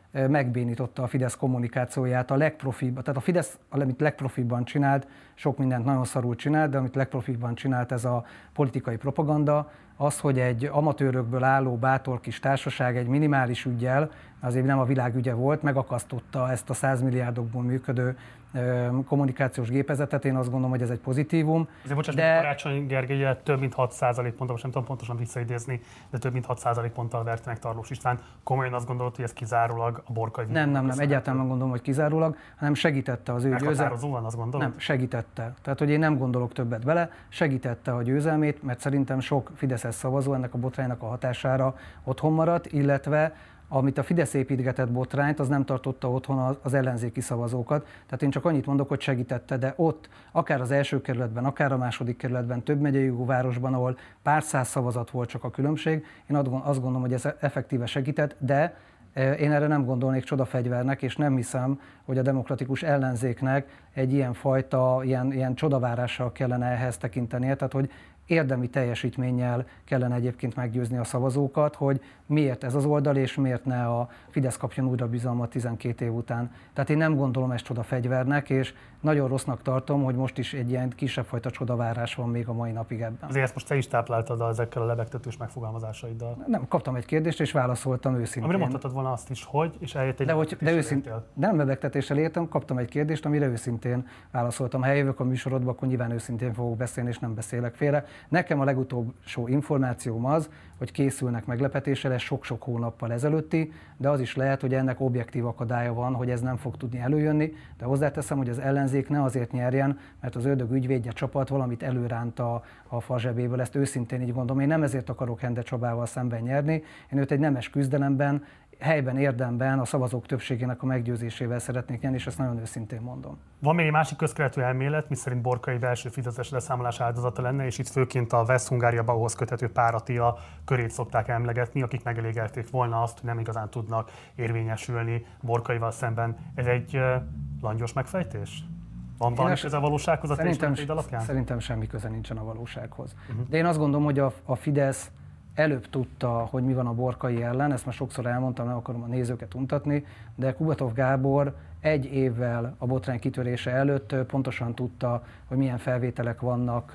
Speaker 2: megbénította a Fidesz kommunikációját a legprofibb, tehát a Fidesz, amit legprofibban csinált, sok mindent nagyon szarul csinált, de amit legprofibban csinált ez a politikai propaganda, az, hogy egy amatőrökből álló bátor kis társaság egy minimális üggyel, azért nem a világ ügye volt, megakasztotta ezt a száz milliárdokból működő kommunikációs gépezetet, én azt gondolom, hogy ez egy pozitívum.
Speaker 1: Azért bocsáss, de... Karácsony Gergely több mint hat százalékponttal, most nem tudom pontosan visszaidézni, de több mint hat százalékponttal verte meg Tarlós István. Komolyan azt gondolod, hogy ez kizárólag a Borkai?
Speaker 2: Nem, nem, nem, egyáltalán nem gondolom, hogy kizárólag, hanem segítette az ő győzelmét.
Speaker 1: Meghatározóan azt gondolod?
Speaker 2: Nem, segítette. Tehát, hogy én nem gondolok többet bele, segítette a győzelmét, mert szerintem sok fideszes szavazó ennek a botránynak a hatására otthon maradt, illetve amit a Fidesz építgetett botrányt, az nem tartotta otthon az ellenzéki szavazókat. Tehát én csak annyit mondok, hogy segítette, de ott, akár az első kerületben, akár a második kerületben, több megyei városban, ahol pár száz szavazat volt csak a különbség, én azt gondolom, hogy ez effektíve segített, de én erre nem gondolnék csodafegyvernek, és nem hiszem, hogy a demokratikus ellenzéknek egy ilyen fajta, ilyen, ilyen csodavárással kellene ehhez tekintenie, tehát hogy érdemi teljesítménnyel kellene egyébként meggyőzni a szavazókat, hogy miért ez az oldal, és miért ne a Fidesz kapjon újra bizalmat tizenkét év után. Tehát én nem gondolom ezt csodafegyvernek, és nagyon rossznak tartom, hogy most is egy ilyen kisebb fajta csodavárás van még a mai napig ebben.
Speaker 1: Azért ezt most te is tápláltad ezekkel a lebegtetős megfogalmazásaiddal.
Speaker 2: Nem, kaptam egy kérdést, és válaszoltam őszintén.
Speaker 1: Amire mondhatod volna azt is, hogy, és eljött egy
Speaker 2: de, hogy, de, őszint, de nem lebegtetéssel értem, kaptam egy kérdést, amire őszintén válaszoltam. Ha eljövök a műsorodba, akkor nyilván őszintén fogok beszélni, és nem beszélek félre. Nekem a legutolsó információm az, hogy készülnek meglepetéssel, ez sok-sok hónappal ezelőtti, de az is lehet, hogy ennek objektív akadálya van, hogy ez nem fog tudni előjönni, de hozzáteszem, hogy az ellenzék ne azért nyerjen, mert az ördög ügyvédje csapat valamit előránt a, a fal zsebéből, ezt őszintén így gondolom. Én nem ezért akarok Hende Csabával szemben nyerni, én őt egy nemes küzdelemben, helyben, érdemben a szavazók többségének a meggyőzésével szeretnék nyerni, és ezt nagyon őszintén mondom.
Speaker 1: Van még egy másik közkeletű elmélet, miszerint Borkai belső fideszes leszámolás áldozata lenne, és itt főként a West-Hungária Bauhoz köthető Pár Attila körét szokták emlegetni, akik megelégelték volna azt, hogy nem igazán tudnak érvényesülni Borkaival szemben. Ez egy uh, langyos megfejtés? Van valami köze a valósághoz a tényleg alapján?
Speaker 2: Szerintem semmi köze nincsen a valósághoz. Uh-huh. De én azt gondolom, hogy a, a Fidesz előbb tudta, hogy mi van a Borkai ellen, ezt már sokszor elmondtam, nem akarom a nézőket untatni, de Kubatov Gábor egy évvel a botrány kitörése előtt pontosan tudta, hogy milyen felvételek vannak,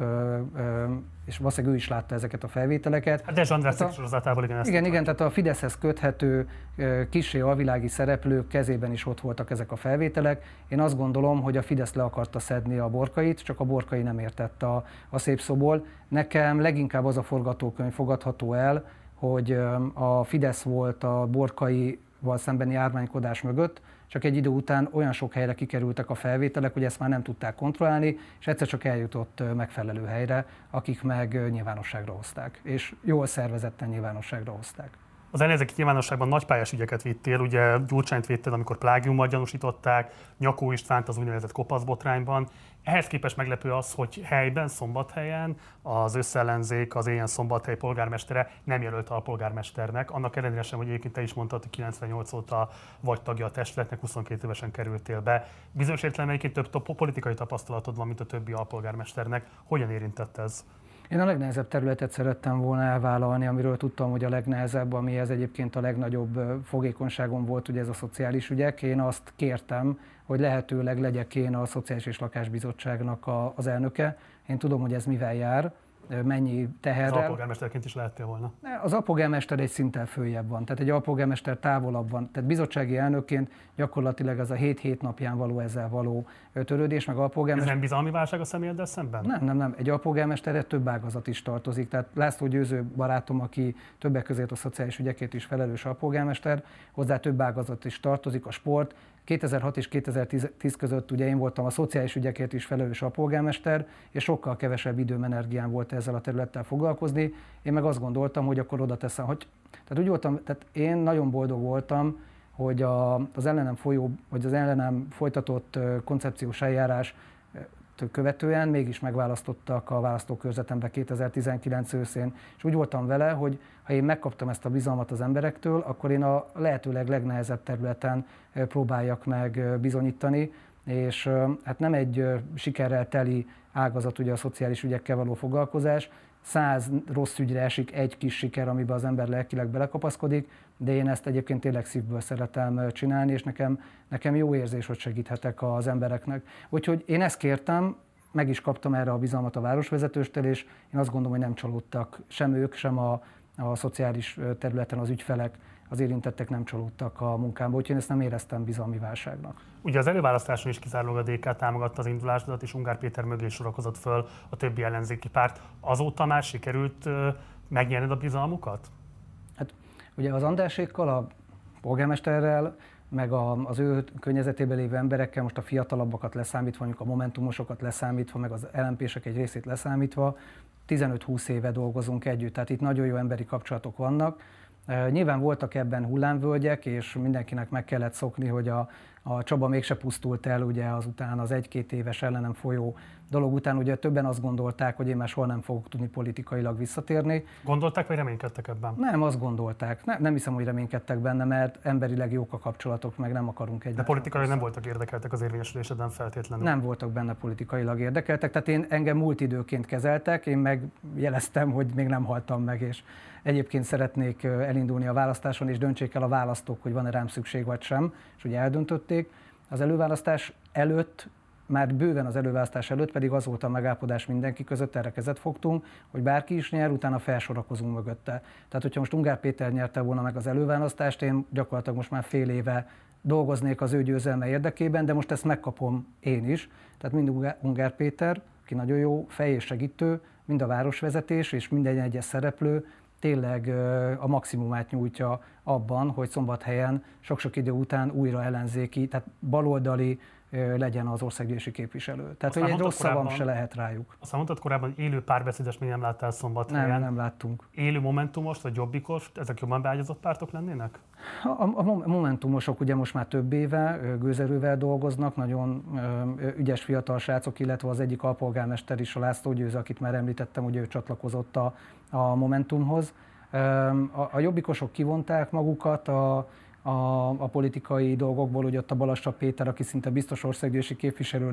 Speaker 2: és valószínűleg ő is látta ezeket a felvételeket.
Speaker 1: Hát de András cikk sorozatából igen ezt
Speaker 2: Igen, igen, tehát a Fideszhez köthető kissé alvilági szereplők kezében is ott voltak ezek a felvételek. Én azt gondolom, hogy a Fidesz le akarta szedni a Borkait, csak a Borkai nem értett a, a szép szóból. Nekem leginkább az a forgatókönyv fogadható el, hogy a Fidesz volt a Borkaival szembeni ármánykodás mögött, csak egy idő után olyan sok helyre kikerültek a felvételek, hogy ezt már nem tudták kontrollálni, és egyszer csak eljutott megfelelő helyre, akik meg nyilvánosságra hozták, és jól szervezetten nyilvánosságra hozták.
Speaker 1: Az ellenzéki nyilvánosságban nagypályás ügyeket vittél, ugye Gyurcsányt védted, amikor plágiummal gyanúsították, Nyakó Istvánt az úgynevezett kopaszbotrányban. Ehhez képest meglepő az, hogy helyben, Szombathelyen az összellenzék, az ilyen Szombathely polgármestere nem jelölt a polgármesternek. Annak ellenére sem, hogy egyébként te is mondtad, hogy kilencvennyolc óta vagy tagja a testületnek, huszonkét évesen kerültél be. Bizonyos értelemben egyébként több politikai tapasztalatod van, mint a többi alpolgármesternek. Hogyan érintett ez?
Speaker 2: Én a legnehezebb területet szerettem volna elvállalni, amiről tudtam, hogy a legnehezebb, amihez egyébként a legnagyobb fogékonyságom volt, ugye ez a szociális ügyek. Én azt kértem, hogy lehetőleg legyek én a Szociális és Lakásbizottságnak a, az elnöke. Én tudom, hogy ez mivel jár, mennyi teherrel. Az
Speaker 1: alpolgármesterként is lehettél volna.
Speaker 2: Az alpolgármester egy szinten följebb van, tehát egy alpolgármester távolabb van. Tehát bizottsági elnökként gyakorlatilag az a hét-hét napján való ezzel való törődés, meg alpolgármester.
Speaker 1: Ez nem bizalmi válság a személyeddel szemben?
Speaker 2: Nem, nem, nem. Egy alpolgármesterre több ágazat is tartozik. Tehát László Győző barátom, aki többek között a szociális ügyekért is felelős alpolgármester, hozzá több ágazat is tartozik, a sport. kétezer-hat és kétezer-tíz között ugye én voltam a szociális ügyekért is felelős alpolgármester, és sokkal kevesebb időm, energiám volt ezzel a területtel foglalkozni. Én meg azt gondoltam, hogy akkor oda teszem, hogy... Tehát úgy voltam, tehát én nagyon boldog voltam, hogy a, az ellenem folyó, vagy az ellenem folytatott koncepciós eljárás követően mégis megválasztottak a választókörzetembe kétezer-tizenkilenc őszén, és úgy voltam vele, hogy ha én megkaptam ezt a bizalmat az emberektől, akkor én a lehetőleg legnehezebb területen próbáljak meg bizonyítani, és hát nem egy sikerrel teli ágazat ugye a szociális ügyekkel való foglalkozás, száz rossz ügyre esik egy kis siker, amiben az ember lelkileg belekapaszkodik, de én ezt egyébként tényleg szívből szeretem csinálni, és nekem, nekem jó érzés, hogy segíthetek az embereknek. Úgyhogy én ezt kértem, meg is kaptam erre a bizalmat a városvezetőstől, és én azt gondolom, hogy nem csalódtak sem ők, sem a, a szociális területen az ügyfelek, az érintettek nem csalódtak a munkámba, úgyhogy én ezt nem éreztem bizalmi válságnak.
Speaker 1: Ugye az előválasztáson is kizárólag a dé ká támogatta az indulásodat, és Ungár Péter mögé sorakozott föl a többi ellenzéki párt. Azóta már sikerült megnyerned a bizalmukat?
Speaker 2: Hát ugye az Andrásékkal, a polgármesterrel, meg a, az ő környezetében lévő emberekkel, most a fiatalabbakat leszámítva, mondjuk a momentumosokat leszámítva, meg az el em pések egy részét leszámítva, tizenöt-húsz éve dolgozunk együtt, tehát itt nagyon jó emberi kapcsolatok vannak. Nyilván voltak ebben hullámvölgyek, és mindenkinek meg kellett szokni, hogy a, a Csaba mégse pusztult el ugye azután az egy-két éves ellenem folyó dolog után. Ugye többen azt gondolták, hogy én már soha nem fogok tudni politikailag visszatérni.
Speaker 1: Gondolták, vagy reménykedtek ebben?
Speaker 2: Nem, azt gondolták. Nem, nem hiszem, hogy reménykedtek benne, mert emberileg jók a kapcsolatok, meg nem akarunk egy.
Speaker 1: De politikailag nem voltak érdekeltek az érvényesülésedben feltétlenül?
Speaker 2: Nem voltak benne politikailag érdekeltek, tehát én engem múlt időként kezeltek, én meg jeleztem, hogy még nem haltam meg, és egyébként szeretnék elindulni a választáson, és döntsék el a választók, hogy van-e rám szükség vagy sem, és ugye eldöntötték. Az előválasztás előtt, már bőven az előválasztás előtt pedig az volt a megállapodás mindenki között, erre kezet fogtunk, hogy bárki is nyer, utána felsorakozunk mögötte. Tehát, hogyha most Ungár Péter nyerte volna meg az előválasztást, én gyakorlatilag most már fél éve dolgoznék az ő győzelme érdekében, de most ezt megkapom én is. Tehát mind Ungár Péter, aki nagyon jó fej és segítő, mind a városvezetés és minden egyes szereplő tényleg a maximumát nyújtja abban, hogy Szombathelyen sok-sok idő után újra ellenzéki, tehát baloldali legyen az országgyűlési képviselő. Tehát, hogy egy rossz szavam se lehet rájuk.
Speaker 1: Aztán mondtad korábban, hogy élő párbeszédes még nem láttál Szombathelyen.
Speaker 2: Nem, nem láttunk.
Speaker 1: Élő Momentumost vagy Jobbikost, ezek jobban beágyazott pártok lennének?
Speaker 2: A, a Momentumosok ugye most már több éve gőzerővel dolgoznak, nagyon ügyes fiatal srácok, illetve az egyik alpolgármester is, a László Győző, akit már említettem, hogy ő csatlakozott a, a Momentumhoz. A, a jobbikosok kivonták magukat a A, a politikai dolgokból, hogy ott a Balassa Péter, aki szinte biztos országgyűlési képviselő,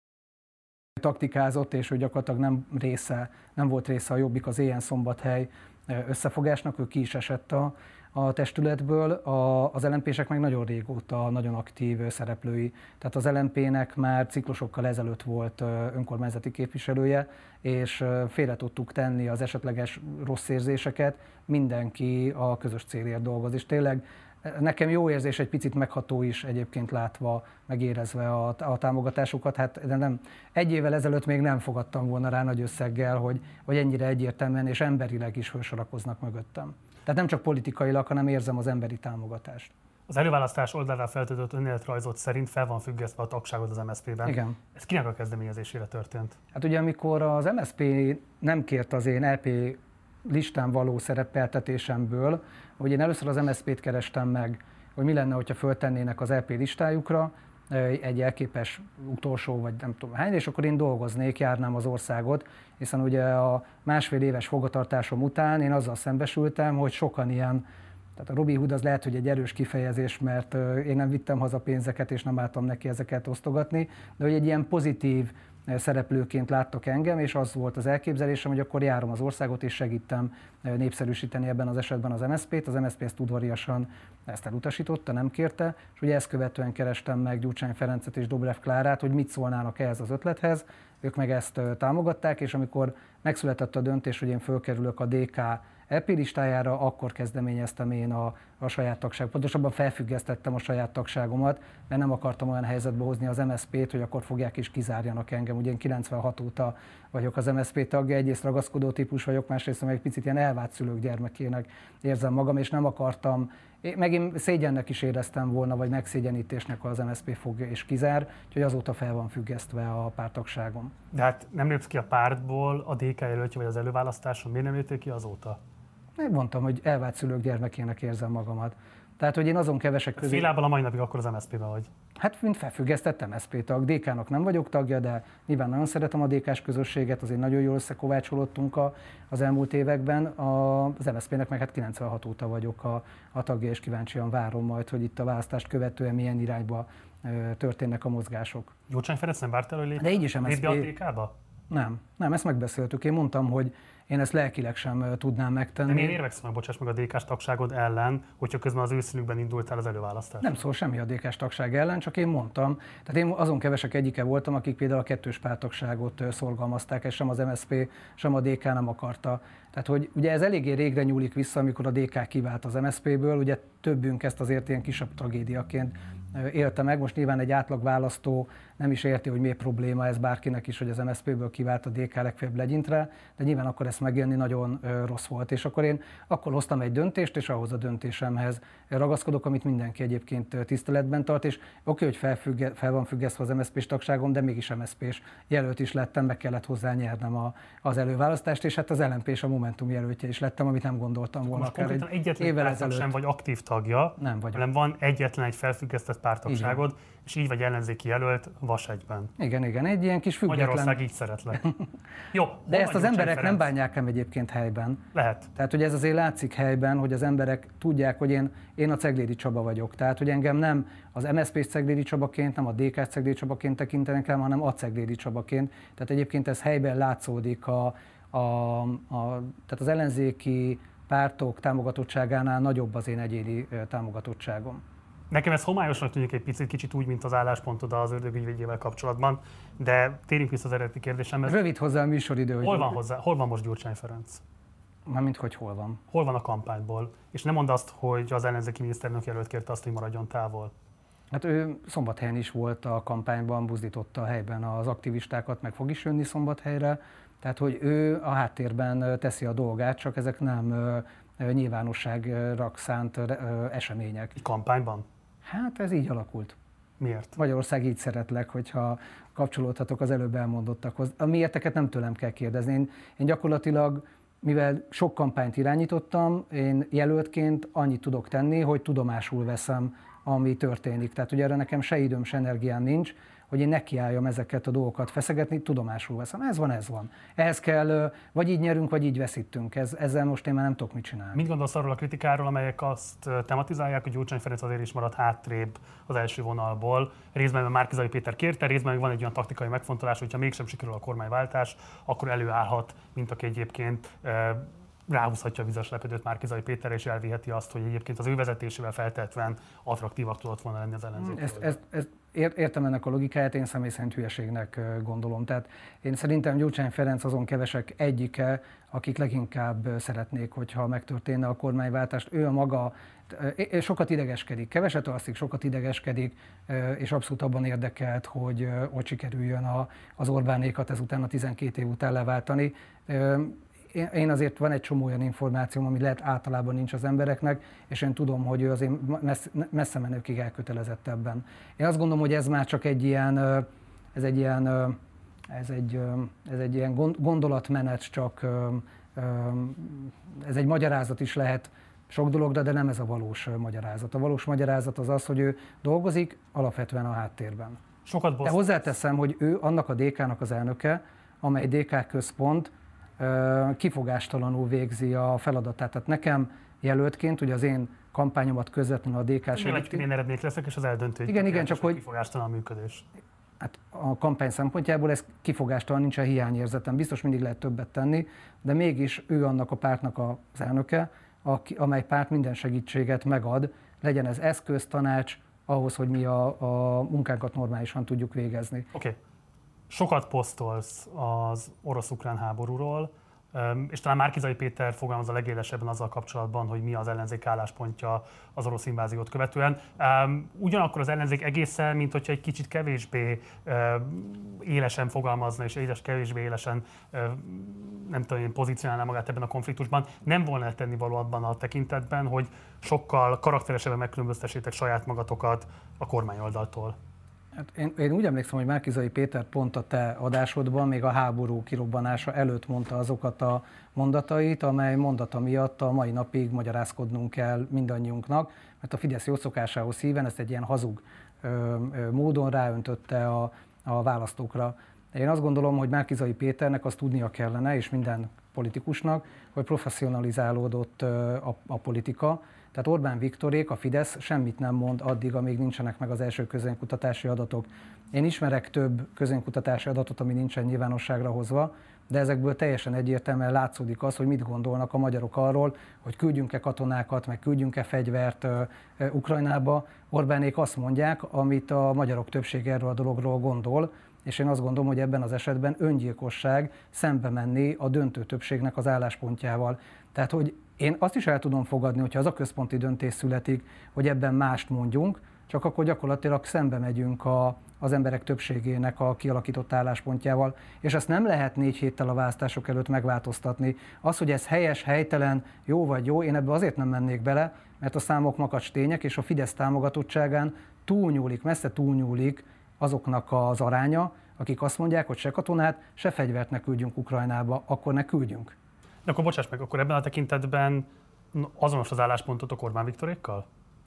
Speaker 2: taktikázott, és ő gyakorlatilag nem része, nem volt része a Jobbik az Éjjel Szombathely összefogásnak, ő ki is esett a, a testületből. A, az el em pések meg nagyon régóta nagyon aktív szereplői. Tehát az el em pének már ciklusokkal ezelőtt volt önkormányzati képviselője, és félre tudtuk tenni az esetleges rossz érzéseket, mindenki a közös célért dolgoz. És tényleg nekem jó érzés, egy picit megható is egyébként látva, megérezve a, a támogatásukat. Hát de nem, egy évvel ezelőtt még nem fogadtam volna rá nagy összeggel, hogy, hogy ennyire egyértelműen és emberileg is felsorakoznak mögöttem. Tehát nem csak politikailag, hanem érzem az emberi támogatást.
Speaker 1: Az előválasztás oldalra feltöltött önéletrajzot szerint fel van függesztve a tagságod az em es zé pében.
Speaker 2: Igen.
Speaker 1: Ez kinek a kezdeményezésére történt?
Speaker 2: Hát ugye amikor az em es zé pé nem kért az én el pé listán való szerepeltetésemből, hogy én először az em es zé pét kerestem meg, hogy mi lenne, hogyha föltennének az el pé listájukra egy elképes utolsó, vagy nem tudom hány, és akkor én dolgoznék, járnám az országot, hiszen ugye a másfél éves fogvatartásom után én azzal szembesültem, hogy sokan ilyen, tehát a Robin Hood az lehet, hogy egy erős kifejezés, mert én nem vittem haza pénzeket, és nem álltam neki ezeket osztogatni, de hogy egy ilyen pozitív szereplőként láttak engem, és az volt az elképzelésem, hogy akkor járom az országot, és segítem népszerűsíteni ebben az esetben az em es zé pét. Az em es zé pé ezt udvariasan ezt elutasította, nem kérte, és ugye ezt követően kerestem meg Gyurcsány Ferencet és Dobrev Klárát, hogy mit szólnának ehhez az ötlethez. Ők meg ezt támogatták, és amikor megszületett a döntés, hogy én fölkerülök a dé ká el pé listájára, akkor kezdeményeztem én a, a saját tagságot. Pontosabban felfüggesztettem a saját tagságomat, mert nem akartam olyan helyzetbe hozni az em es zé pét, hogy akkor fogják és kizárjanak engem. Ugye én kilencvenhat óta vagyok az em es zé pé tagja, egyrészt ragaszkodó típus vagyok, másrészt meg egy picit ilyen elvált szülők gyermekének érzem magam, és nem akartam, meg én szégyennek is éreztem volna, vagy megszégyenítésnek, az em es zé pé fog és kizár, úgyhogy azóta fel van függesztve a párttagságom.
Speaker 1: De hát nem lépsz ki a pártból, a dé ká jelöltje vagy az előválasztáson, miért nem léptél ki azóta?
Speaker 2: Megmondtam, hogy elvált szülők gyermekének érzem magamat. Tehát, hogy én azon kevesek közé...
Speaker 1: Fél lábbal a mai napig akkor az em es zé pében vagy.
Speaker 2: Hát, mint felfüggesztett em es zé pé tag. dé ká-nak nem vagyok tagja, de nyilván nagyon szeretem a dé ká-s közösséget, azért nagyon jól összekovácsolódtunk a, az elmúlt években. A, az em es zé pé-nek meg hát kilencvenhat óta vagyok a, a tagja, és kíváncsian várom majd, hogy itt a választást követően milyen irányba történnek a mozgások.
Speaker 1: Gyurcsány Ferenc nem várt el, hogy lép,
Speaker 2: De így is em es zé pé...
Speaker 1: lép be a dé ká-ba?
Speaker 2: Nem, nem, ezt megbeszéltük. Én mondtam, hogy én ezt lelkileg sem tudnám megtenni.
Speaker 1: De miért érvekszel meg, bocsáss meg, a dé ká-s tagságod ellen, hogyha közben az őszínükben indultál az előválasztás?
Speaker 2: Nem szól semmi a dé ká-s tagság ellen, csak én mondtam. Tehát én azon kevesek egyike voltam, akik például a kettős párttagságot szorgalmazták, és sem az em es zé pé, sem a dé ká nem akarta. Tehát, hogy ugye ez eléggé régre nyúlik vissza, amikor a dé ká kivált az em es zé péből, ugye többünk ezt azért ilyen kisebb tragédiaként élte meg. Most nyilván egy átlag választó nem is érti, hogy mi probléma ez bárkinek is, hogy az em es zé péből kivált a dé ká legfeljebb legyintre, de nyilván akkor ezt megélni nagyon rossz volt. És akkor én akkor hoztam egy döntést, és ahhoz a döntésemhez ragaszkodok, amit mindenki egyébként tiszteletben tart, és oké, hogy felfügge, fel van függesztve az em es zé pés tagságom, de mégis em es zé pés jelölt is lettem, meg kellett hozzá nyernem a, az előválasztást, és hát az el em pé és a Momentum jelöltje is lettem, amit nem gondoltam volna.
Speaker 1: Most konkrétan egy egyetlen pártnak sem vagy aktív tagja,
Speaker 2: nem vagyok.
Speaker 1: hanem van egyetlen egy felfüggesztett párttagságod, és így vagy ellenzéki jelölt Vasegyben.
Speaker 2: Igen, igen, egy ilyen kis független...
Speaker 1: Magyarország így szeretlek. Jó,
Speaker 2: de ezt az emberek Ferenc? nem bánják el egyébként helyben.
Speaker 1: Lehet.
Speaker 2: Tehát, hogy ez azért látszik helyben, hogy az emberek tudják, hogy én, én a Ceglédi Csaba vagyok. Tehát, hogy engem nem az em es zé pés Ceglédi Csabaként, nem a dé ká Ceglédi Csabaként tekintenek el, hanem a Ceglédi Csabaként. Tehát egyébként ez helyben látszódik a, a, a, tehát az ellenzéki pártok támogatottságánál nagyobb az én egyéni támogatottságom.
Speaker 1: Nekem ez homályosnak tűnik egy picit, kicsit úgy, mint az álláspontod az ördögügyvédjével kapcsolatban, de térjünk vissza az eredeti kérdésemhez.
Speaker 2: Rövid hozzá a műsoridő.
Speaker 1: Hol van, hozzá, hol van most Gyurcsány Ferenc?
Speaker 2: Mármint, hogy hol van.
Speaker 1: Hol van a kampányból? És nem mondd azt, hogy az ellenzéki miniszterelnök jelölt kérte azt, hogy maradjon távol.
Speaker 2: Hát ő Szombathelyen is volt a kampányban, buzdította a helyben az aktivistákat, meg fog is jönni Szombathelyre. Tehát, hogy ő a háttérben teszi a dolgát, csak ezek nem nyilvánosságra szánt események.
Speaker 1: Egy kampányban?
Speaker 2: Hát ez így alakult.
Speaker 1: Miért?
Speaker 2: Magyarország így szeretlek, hogyha kapcsolódhatok az előbb elmondottakhoz. A miérteket nem tőlem kell kérdezni. Én, én gyakorlatilag, mivel sok kampányt irányítottam, én jelöltként annyit tudok tenni, hogy tudomásul veszem, ami történik. Tehát ugye erre nekem se időm, se energiám nincs, hogy én nekiálljam ezeket a dolgokat feszegetni, tudomásul veszem. Ez van, ez van. Ehhez kell, vagy így nyerünk, vagy így veszítünk. Ez, ezzel most én már nem tudok mit csinálni.
Speaker 1: Mit gondolsz arról a kritikáról, amelyek azt tematizálják, hogy Gyurcsány Ferenc azért is maradt hátrébb az első vonalból? Részben mert Márki-Zay Péter kérte, részben meg van egy olyan taktikai megfontolás, hogyha mégsem sikerül a kormányváltás, akkor előállhat, mint aki egyébként ráhúzhatja a vizes lepedőt Márki-Zay Péterre, és elviheti azt, hogy egyébként az ő vezetésével feltétlenül attraktívak tudott volna lenni az ellenzék.
Speaker 2: Ezt, ezt, ezt értem ennek a logikáját, én személy szerint hülyeségnek gondolom. Tehát én szerintem Gyurcsány Ferenc azon kevesek egyike, akik leginkább szeretnék, hogyha megtörténne a kormányváltást. Ő a maga sokat idegeskedik, keveset alszik, sokat idegeskedik, és abszolút abban érdekelt, hogy, hogy sikerüljön a, az Orbánékat ezután a tizenkét év után leváltani. Én azért van egy csomó olyan információm, ami lehet általában nincs az embereknek, és én tudom, hogy ő azért messze, messze menőkig elkötelezett ebben. Én azt gondolom, hogy ez már csak egy ilyen, ez egy ilyen, ez egy, ez egy ilyen gondolatmenet, csak ez egy magyarázat is lehet sok dologra, de nem ez a valós magyarázat. A valós magyarázat az az, hogy ő dolgozik alapvetően a háttérben.
Speaker 1: Sokat
Speaker 2: de hozzáteszem, hogy ő annak a dé ká-nak az elnöke, amely dé ká központ kifogástalanul végzi a feladatát. Tehát nekem jelöltként, ugye az én kampányomat közvetlenül a dé ká segíti.
Speaker 1: Milyen eredmények lesznek, és az eldöntő,
Speaker 2: igen, igen, csak hogy
Speaker 1: kifogástalan működés.
Speaker 2: Hát a kampány szempontjából ez kifogástalan, nincs a hiányérzetem. Biztos mindig lehet többet tenni, de mégis ő annak a pártnak az elnöke, amely párt minden segítséget megad, legyen ez eszköz, tanács, ahhoz, hogy mi a, a munkánkat normálisan tudjuk végezni.
Speaker 1: Oké. Okay. Sokat posztolsz az orosz-ukrán háborúról, és talán Márki-Zay Péter fogalmaz a legélesebben azzal kapcsolatban, hogy mi az ellenzék álláspontja az orosz inváziót követően. Ugyanakkor az ellenzék egészen, mint hogyha egy kicsit kevésbé élesen fogalmazna, és éles, kevésbé élesen nem tudom én, pozícionálná magát ebben a konfliktusban, nem volna eltenni való abban a tekintetben, hogy sokkal karakteresebben megkülönböztessétek saját magatokat a kormányoldaltól.
Speaker 2: Hát én, én úgy emlékszem, hogy Márki-Zay Péter pont a te adásodban még a háború kirobbanása előtt mondta azokat a mondatait, amely mondata miatt a mai napig magyarázkodnunk kell mindannyiunknak, mert a Fidesz jó szokásához híven ezt egy ilyen hazug ö, ö, módon ráöntötte a, a választókra. Én azt gondolom, hogy Márki-Zay Péternek azt tudnia kellene, és minden politikusnak, hogy professzionalizálódott a, a politika. Tehát Orbán Viktorék, a Fidesz semmit nem mond addig, amíg nincsenek meg az első közönkutatási adatok. Én ismerek több közönkutatási adatot, ami nincsen nyilvánosságra hozva, de ezekből teljesen egyértelműen látszódik az, hogy mit gondolnak a magyarok arról, hogy küldjünk-e katonákat, meg küldjünk-e fegyvert uh, uh, Ukrajnába. Orbánék azt mondják, amit a magyarok többsége erről a dologról gondol, és én azt gondolom, hogy ebben az esetben öngyilkosság szembe menni a döntő többségnek az álláspontjával. Tehát, hogy én azt is el tudom fogadni, hogyha az a központi döntés születik, hogy ebben mást mondjunk, csak akkor gyakorlatilag szembe megyünk a, az emberek többségének a kialakított álláspontjával, és ezt nem lehet négy héttel a választások előtt megváltoztatni. Az, hogy ez helyes, helytelen, jó vagy jó, én ebbe azért nem mennék bele, mert a számok makacs tények, és a Fidesz támogatottságán túlnyúlik, messze túlnyúlik azoknak az aránya, akik azt mondják, hogy se katonát, se fegyvert ne küldjünk Ukrajnába, akkor ne küldjünk.
Speaker 1: De akkor bocsáss meg, akkor ebben a tekintetben azonos az álláspontotok Orbán Viktorékkal?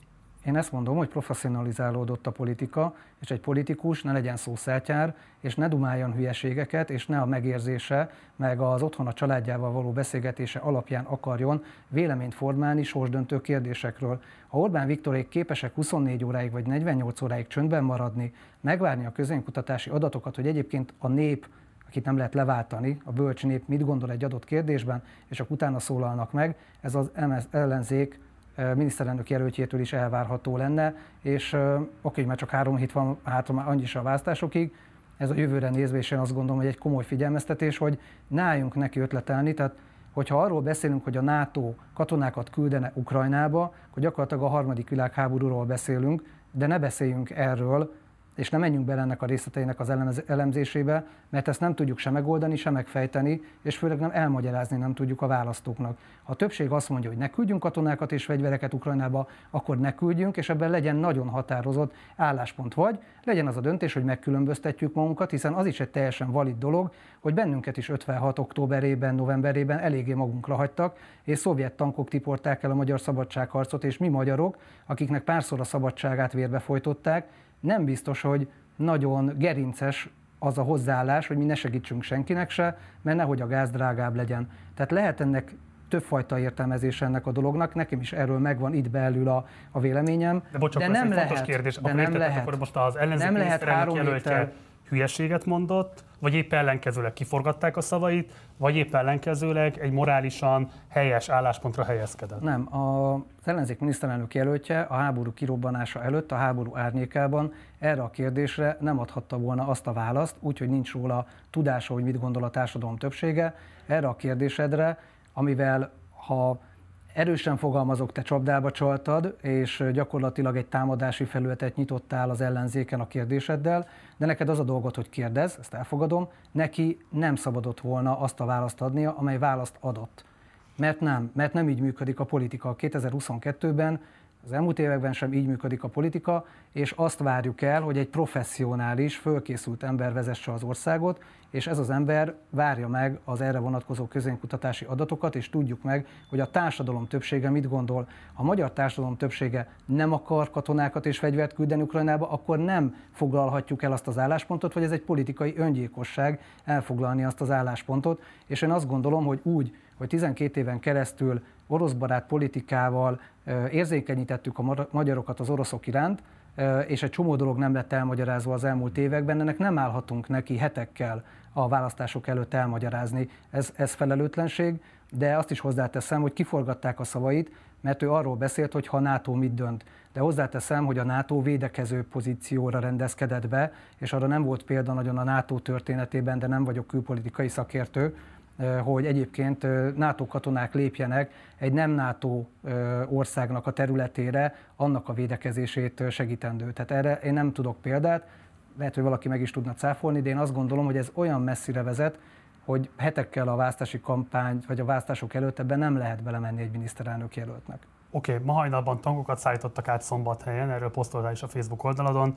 Speaker 2: Én ezt mondom, hogy professzionalizálódott a politika, és egy politikus ne legyen szószátyár, és ne dumáljon hülyeségeket, és ne a megérzése, meg az otthon a családjával való beszélgetése alapján akarjon véleményt formálni sorsdöntő kérdésekről. Ha Orbán Viktorék képesek huszonnégy óráig vagy negyvennyolc óráig csöndben maradni, megvárni a közönkutatási adatokat, hogy egyébként a nép, akit nem lehet leváltani, a bölcs nép mit gondol egy adott kérdésben, és akkor utána szólalnak meg, ez az ellenzék miniszterelnök jelöltjétől is elvárható lenne, és oké, okay, már csak három hét van hátra, már annyi is a választásokig, ez a jövőre nézve, és én azt gondolom, hogy egy komoly figyelmeztetés, hogy ne álljunk neki ötletelni, tehát hogyha arról beszélünk, hogy a NATO katonákat küldene Ukrajnába, akkor gyakorlatilag a harmadik világháborúról beszélünk, de ne beszéljünk erről, és ne menjünk bele ennek a részleteinek az elemzésébe, mert ezt nem tudjuk se megoldani, se megfejteni, és főleg nem elmagyarázni nem tudjuk a választóknak. Ha a többség azt mondja, hogy ne küldjünk katonákat és fegyvereket Ukrajnába, akkor ne küldjünk, és ebben legyen nagyon határozott álláspont. Vagy legyen az a döntés, hogy megkülönböztetjük magunkat, hiszen az is egy teljesen valid dolog, hogy bennünket is ötvenhat októberében, novemberében eléggé magunkra hagytak, és szovjet tankok tiporták el a magyar szabadságharcot, és mi magyarok, akiknek párszor a szabadságát vérbe folytották, nem biztos, hogy nagyon gerinces az a hozzáállás, hogy mi ne segítsünk senkinek se, mert nehogy a gáz drágább legyen. Tehát lehet ennek többfajta értelmezése ennek a dolognak, nekem is erről megvan itt belül a, a véleményem.
Speaker 1: De bocs, de nem lehet, fontos kérdés,
Speaker 2: de nem lehet.
Speaker 1: Akkor most az ellenzéki miniszterelnök jelöltje hülyeséget mondott, vagy épp ellenkezőleg kiforgatták a szavait, vagy épp ellenkezőleg egy morálisan helyes álláspontra helyezkedett?
Speaker 2: Nem, az ellenzék miniszterelnök jelöltje a háború kirobbanása előtt, a háború árnyékában erre a kérdésre nem adhatta volna azt a választ, úgyhogy nincs róla tudása, hogy mit gondol a társadalom többsége, erre a kérdésedre, amivel ha erősen fogalmazok, te csapdába csaltad, és gyakorlatilag egy támadási felületet nyitottál az ellenzéken a kérdéseddel, de neked az a dolgot, hogy kérdez, ezt elfogadom, neki nem szabadott volna azt a választ adnia, amely választ adott. Mert nem, mert nem így működik a politika. kétezer-huszonkettőben, az elmúlt években sem így működik a politika, és azt várjuk el, hogy egy professzionális, fölkészült ember vezesse az országot, és ez az ember várja meg az erre vonatkozó közönkutatási adatokat, és tudjuk meg, hogy a társadalom többsége mit gondol. Ha a magyar társadalom többsége nem akar katonákat és fegyvert küldeni Ukrajnába, akkor nem foglalhatjuk el azt az álláspontot, vagy ez egy politikai öngyilkosság elfoglalni azt az álláspontot. És én azt gondolom, hogy úgy, hogy tizenkét éven keresztül oroszbarát politikával érzékenyítettük a magyarokat az oroszok iránt, és egy csomó dolog nem lett elmagyarázva az elmúlt években, ennek nem állhatunk neki hetekkel a választások előtt elmagyarázni. Ez, ez felelőtlenség, de azt is hozzáteszem, hogy kiforgatták a szavait, mert ő arról beszélt, hogy ha a NATO mit dönt. De hozzáteszem, hogy a NATO védekező pozícióra rendezkedett be, és arra nem volt példa nagyon a NATO történetében, de nem vagyok külpolitikai szakértő, hogy egyébként NATO katonák lépjenek egy nem NATO országnak a területére, annak a védekezését segítendő. Tehát erre én nem tudok példát, lehet, hogy valaki meg is tudna cáfolni, de én azt gondolom, hogy ez olyan messzire vezet, hogy hetekkel a választási kampány, vagy a választások előtt ebben nem lehet belemenni egy miniszterelnök jelöltnek.
Speaker 1: Oké, okay, ma hajnalban tankokat szállítottak át Szombathelyen, erről posztoltál is a Facebook oldaladon,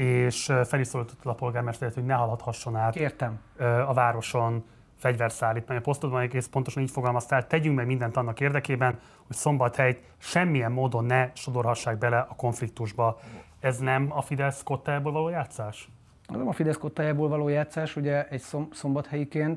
Speaker 1: és fel is szólítottad a polgármestert, hogy ne haladhasson át
Speaker 2: Értem.
Speaker 1: a városon fegyverszállítmány. A posztodban egész pontosan így fogalmaztál, tegyünk meg mindent annak érdekében, hogy Szombathelyt semmilyen módon ne sodorhassák bele a konfliktusba. Ez nem a Fidesz kottájából való játszás?
Speaker 2: Ez nem a Fidesz kottájából való játszás, ugye egy szombathelyiként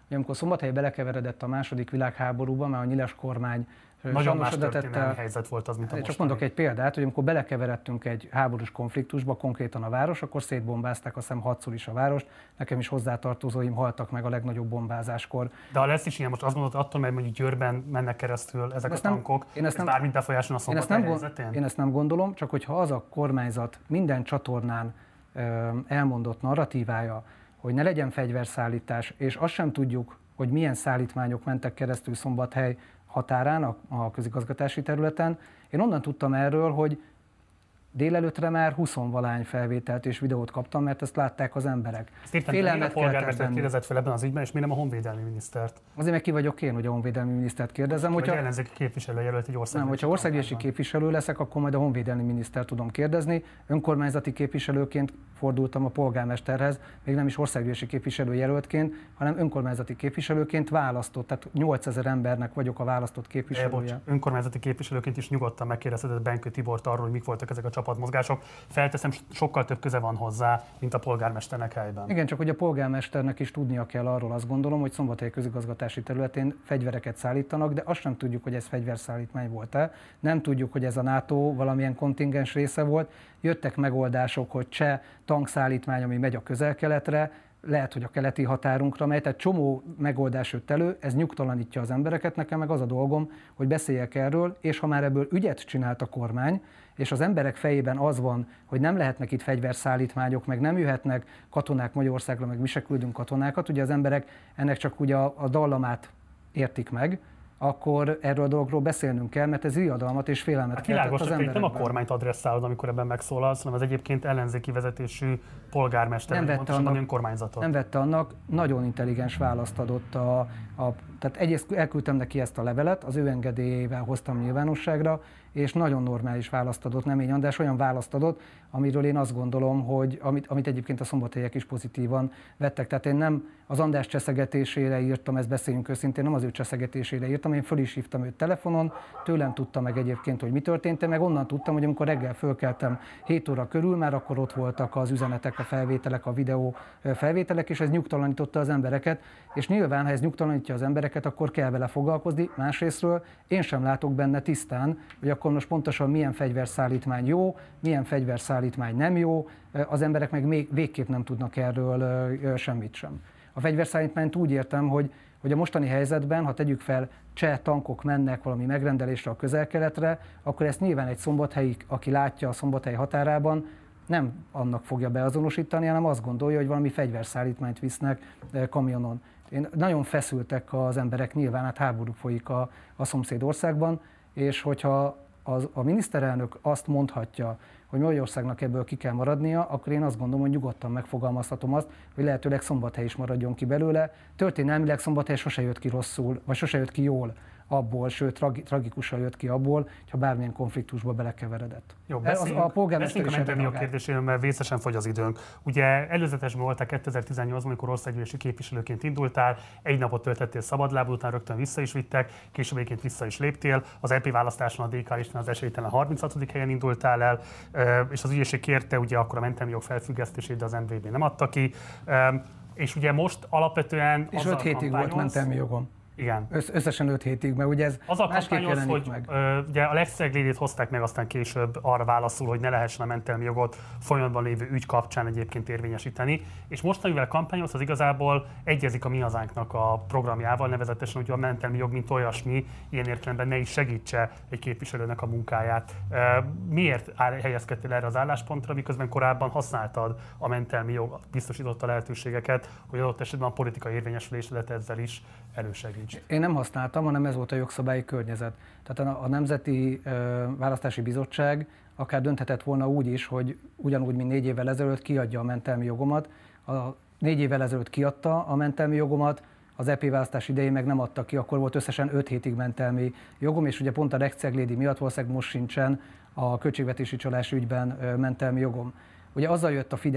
Speaker 2: amikor Szombathely belekeveredett a második világháborúba, mert a Nyilas kormány
Speaker 1: nagyon más történelmi helyzet volt az, mint a
Speaker 2: Csak
Speaker 1: mostani.
Speaker 2: mondok egy példát, hogy amikor belekeveredtünk egy háborús konfliktusba, konkrétan a város, akkor szétbombázták azt hiszem hatszor is a várost, nekem is hozzátartozóim haltak meg a legnagyobb bombázáskor.
Speaker 1: De ha lesz is ilyen, most azt mondod, attól, mert mondjuk Győrben mennek keresztül ezek
Speaker 2: ezt
Speaker 1: a
Speaker 2: nem,
Speaker 1: tankok,
Speaker 2: én ezt
Speaker 1: ez
Speaker 2: nem,
Speaker 1: bármit befolyásolna a Szombathely helyzetén?
Speaker 2: Én ezt nem gondolom, csak hogyha az a kormányzat minden csatornán ö, elmondott narratívája, hogy ne legyen fegyverszállítás, és azt sem tudjuk, hogy milyen szállítmányok mentek keresztül Szombathely határán, a, a közigazgatási területen. Én onnan tudtam erről, hogy délelőttre már huszonvalány felvételt és videót kaptam, mert ezt látták az emberek.
Speaker 1: Ezt írtam, én a polgármester kérdezett fel ebben az ügyben, és mi nem a honvédelmi minisztert?
Speaker 2: Azért meg ki vagyok én, hogy a honvédelmi minisztert kérdezem.
Speaker 1: Vagy hogyha ellenzéki képviselő jelölt egy országgyűlési.
Speaker 2: Nem, hogyha országgyűlési képviselő leszek, akkor majd a honvédelmi minisztert tudom kérdezni. Önkormányzati képviselőként fordultam a polgármesterhez, még nem is országgyűlési képviselő jelöltként, hanem önkormányzati képviselőként választott. Tehát nyolcezer embernek vagyok a választott képviselője.
Speaker 1: Bocs, önkormányzati képviselőként is nyugodtan megkérdezheted Benkő Tibort arról, hogy mik voltak ezek a csapatmozgások. Felteszem, sokkal több köze van hozzá, mint a polgármesternek helyben.
Speaker 2: Igen, csak hogy a polgármesternek is tudnia kell arról, azt gondolom, hogy Szombathely közigazgatási területén fegyvereket szállítanak, de azt sem tudjuk, hogy ez fegyverszállítmány volt-e. Nem tudjuk, hogy ez a NATO valamilyen kontingens része volt. Jöttek megoldások, hogy cseh tankszállítmány, ami megy a közel-keletre, lehet, hogy a keleti határunkra megy, tehát csomó megoldás jött elő, ez nyugtalanítja az embereket, nekem meg az a dolgom, hogy beszéljek erről, és ha már ebből ügyet csinált a kormány, és az emberek fejében az van, hogy nem lehetnek itt fegyverszállítmányok, meg nem jöhetnek katonák Magyarországra, meg mi se küldünk katonákat, ugye az emberek ennek csak ugye a, a dallamát értik meg, akkor erről a dologról beszélnünk kell, mert ez riadalmat és félelmet
Speaker 1: hát
Speaker 2: keltett
Speaker 1: világos,
Speaker 2: az
Speaker 1: hogy
Speaker 2: emberekben.
Speaker 1: nem a kormányt adresszálod, amikor ebben megszólalsz, hanem az egyébként ellenzéki vezetésű polgármester,
Speaker 2: nem vette annak,
Speaker 1: önkormányzatot.
Speaker 2: Nem vette annak, nagyon intelligens választ adott a, a tehát egyrészt elküldtem neki ezt a levelet, az ő engedélyével hoztam nyilvánosságra, és nagyon normális választ adott, Nemény András olyan választ adott, amiről én azt gondolom, hogy amit, amit egyébként a szombathelyiek is pozitívan vettek. Tehát én nem az András cseszegetésére írtam, ezt beszéljünk őszintén, nem az ő cseszegetésére írtam, én föl is hívtam őt telefonon, tőlem tudta meg egyébként, hogy mi történt, én meg onnan tudtam, hogy amikor reggel fölkeltem hét óra körül, már akkor ott voltak az üzenetek, a felvételek, a videó felvételek, és ez nyugtalanította az embereket, és nyilván, ha ez nyugtalanítja az embereket, akkor kell vele foglalkozni. Másrésztről én sem látok benne tisztán, hogy akkor most pontosan milyen fegyverszállítmány jó, milyen fegyverszállítmány nem jó, az emberek meg még végképp nem tudnak erről semmit sem. A fegyverszállítmányt úgy értem, hogy, hogy a mostani helyzetben, ha tegyük fel, cseh tankok mennek valami megrendelésre a közel-keletre, akkor ezt nyilván egy szombathelyi, aki látja a Szombathely határában, nem annak fogja beazonosítani, hanem azt gondolja, hogy valami fegyverszállítmányt visznek kamionon. Én, nagyon feszültek az emberek, nyilván hát háború folyik a, a szomszéd országban, és hogyha az, a miniszterelnök azt mondhatja, hogy Magyarországnak ebből ki kell maradnia, akkor én azt gondolom, hogy nyugodtan megfogalmazhatom azt, hogy lehetőleg Szombathely is maradjon ki belőle. Történelmileg Szombathely sose jött ki rosszul, vagy sose jött ki jól abból, sőt tragi, tragikusan jött ki abból, ha bármilyen konfliktusba belekeveredett.
Speaker 1: Jó, beszéljünk,
Speaker 2: az, a polgármester is
Speaker 1: a mentőmiok kérdéséről, mert vészesen fogy az időnk. Ugye előzetesben voltál kétezer-tizennyolcban, amikor országgyűlési képviselőként indultál, egy napot töltettél szabadlábú, után rögtön vissza is vittek, később egyébként vissza is léptél. Az é pé választáson a dé ká listán az esélytelen harminchatodik helyen indultál el, és az ügyészség kérte ugye akkor a mentelmi jog felfüggesztését, de az em vé bé nem adta ki. És ugye most alapvetően
Speaker 2: és öt hétig volt mentelmi jogom.
Speaker 1: Igen.
Speaker 2: Összesen öt hétig, mert ugye ez
Speaker 1: az a
Speaker 2: másképp
Speaker 1: kampányhoz,
Speaker 2: jelenik
Speaker 1: hogy
Speaker 2: meg.
Speaker 1: Ö, ugye a legszeglédét hozták meg, aztán később arra válaszul, hogy ne lehessen a mentelmi jogot folyamatban lévő ügy kapcsán egyébként érvényesíteni. És most, amivel kampányolsz, az igazából egyezik a Mi Hazánknak a programjával, nevezetesen, hogy a mentelmi jog, mint olyasmi, ilyen értelemben ne is segítse egy képviselőnek a munkáját. Ö, miért helyezkedtél erre az álláspontra, miközben korábban használtad a mentelmi jog biztosította lehetőségeket, hogy adott esetben a politikai érvényesülésedet ezzel is elősegít?
Speaker 2: Én nem használtam, hanem ez volt a jogszabályi környezet. Tehát a, a Nemzeti ö, Választási Bizottság akár dönthetett volna úgy is, hogy ugyanúgy, mint négy évvel ezelőtt kiadja a mentelmi jogomat. A négy évvel ezelőtt kiadta a mentelmi jogomat, az é pé választás idején meg nem adta ki, akkor volt összesen öt hétig mentelmi jogom, és ugye pont a Rex-Ceglédi miatt valószínűleg most sincsen a költségvetési csalás ügyben ö, mentelmi jogom. Ugye azzal jött a Fidesz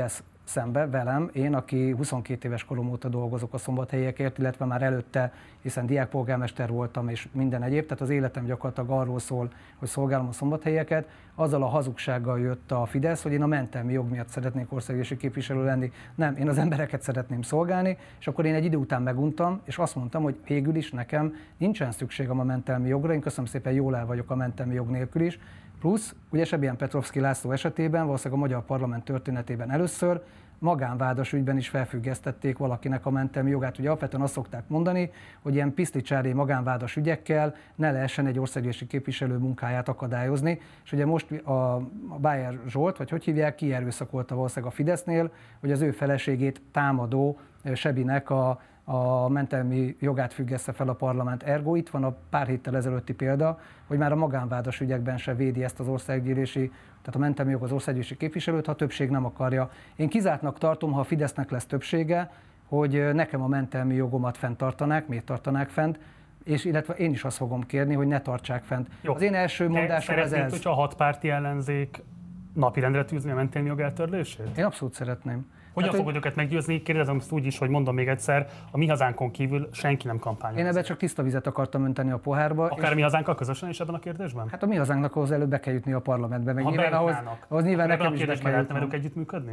Speaker 2: szembe velem, én, aki huszonkét éves korom óta dolgozok a szombathelyiekért, illetve már előtte, hiszen diákpolgármester voltam és minden egyéb, tehát az életem gyakorlatilag arról szól, hogy szolgálom a szombathelyieket. Azzal a hazugsággal jött a Fidesz, hogy én a mentelmi jog miatt szeretnék országgyűlési képviselő lenni. Nem, én az embereket szeretném szolgálni, és akkor én egy idő után meguntam, és azt mondtam, hogy végül is nekem nincsen szükségem a mentelmi jogra, én köszönöm szépen, jól el vagyok a mentelmi jog nélkül is. Plusz, ugye Sebien Petrovszky László esetében, valószínűleg a magyar parlament történetében először magánvádas ügyben is felfüggesztették valakinek a mentelmi jogát. Ugye alapvetően azt szokták mondani, hogy ilyen piszlicsári magánvádas ügyekkel ne lehessen egy országgyűlési képviselő munkáját akadályozni. És ugye most a Bájer Zsolt, vagy hogy hívják, kierőszakolta valószínűleg a Fidesznél, hogy az ő feleségét támadó Sebinek a a mentelmi jogát függesse fel a parlament. Ergo itt van a pár héttel ezelőtti példa, hogy már a magánvádas ügyekben se védi ezt az országgyűlési, tehát a mentelmi jog az országgyűlési képviselőt, ha a többség nem akarja. Én kizártnak tartom, ha a Fidesznek lesz többsége, hogy nekem a mentelmi jogomat fenntartanák, miért tartanák fent, és illetve én is azt fogom kérni, hogy ne tartsák fent. Jó. Az én első mondásom ez ez.
Speaker 1: Hogyha a hatpárti ellenzék napirendre tűzni a mentelmi jog eltörlését?
Speaker 2: Én abszolút szeretném.
Speaker 1: Hogyan hát, fogod őket meggyőzni? Kérdezem azt úgy is, hogy mondom még egyszer, a Mi Hazánkon kívül senki nem kampányol.
Speaker 2: Én ebben csak tiszta vizet akartam önteni a pohárba.
Speaker 1: Akár és... Mi Hazánkkal közösen is ebben a kérdésben?
Speaker 2: Hát a Mi Hazánknak ahhoz előbb be kell jutni a parlamentbe. Meg
Speaker 1: ha
Speaker 2: nyilván ahhoz, ahhoz nyilván nekem is be kell
Speaker 1: lehetne velük együttműködni?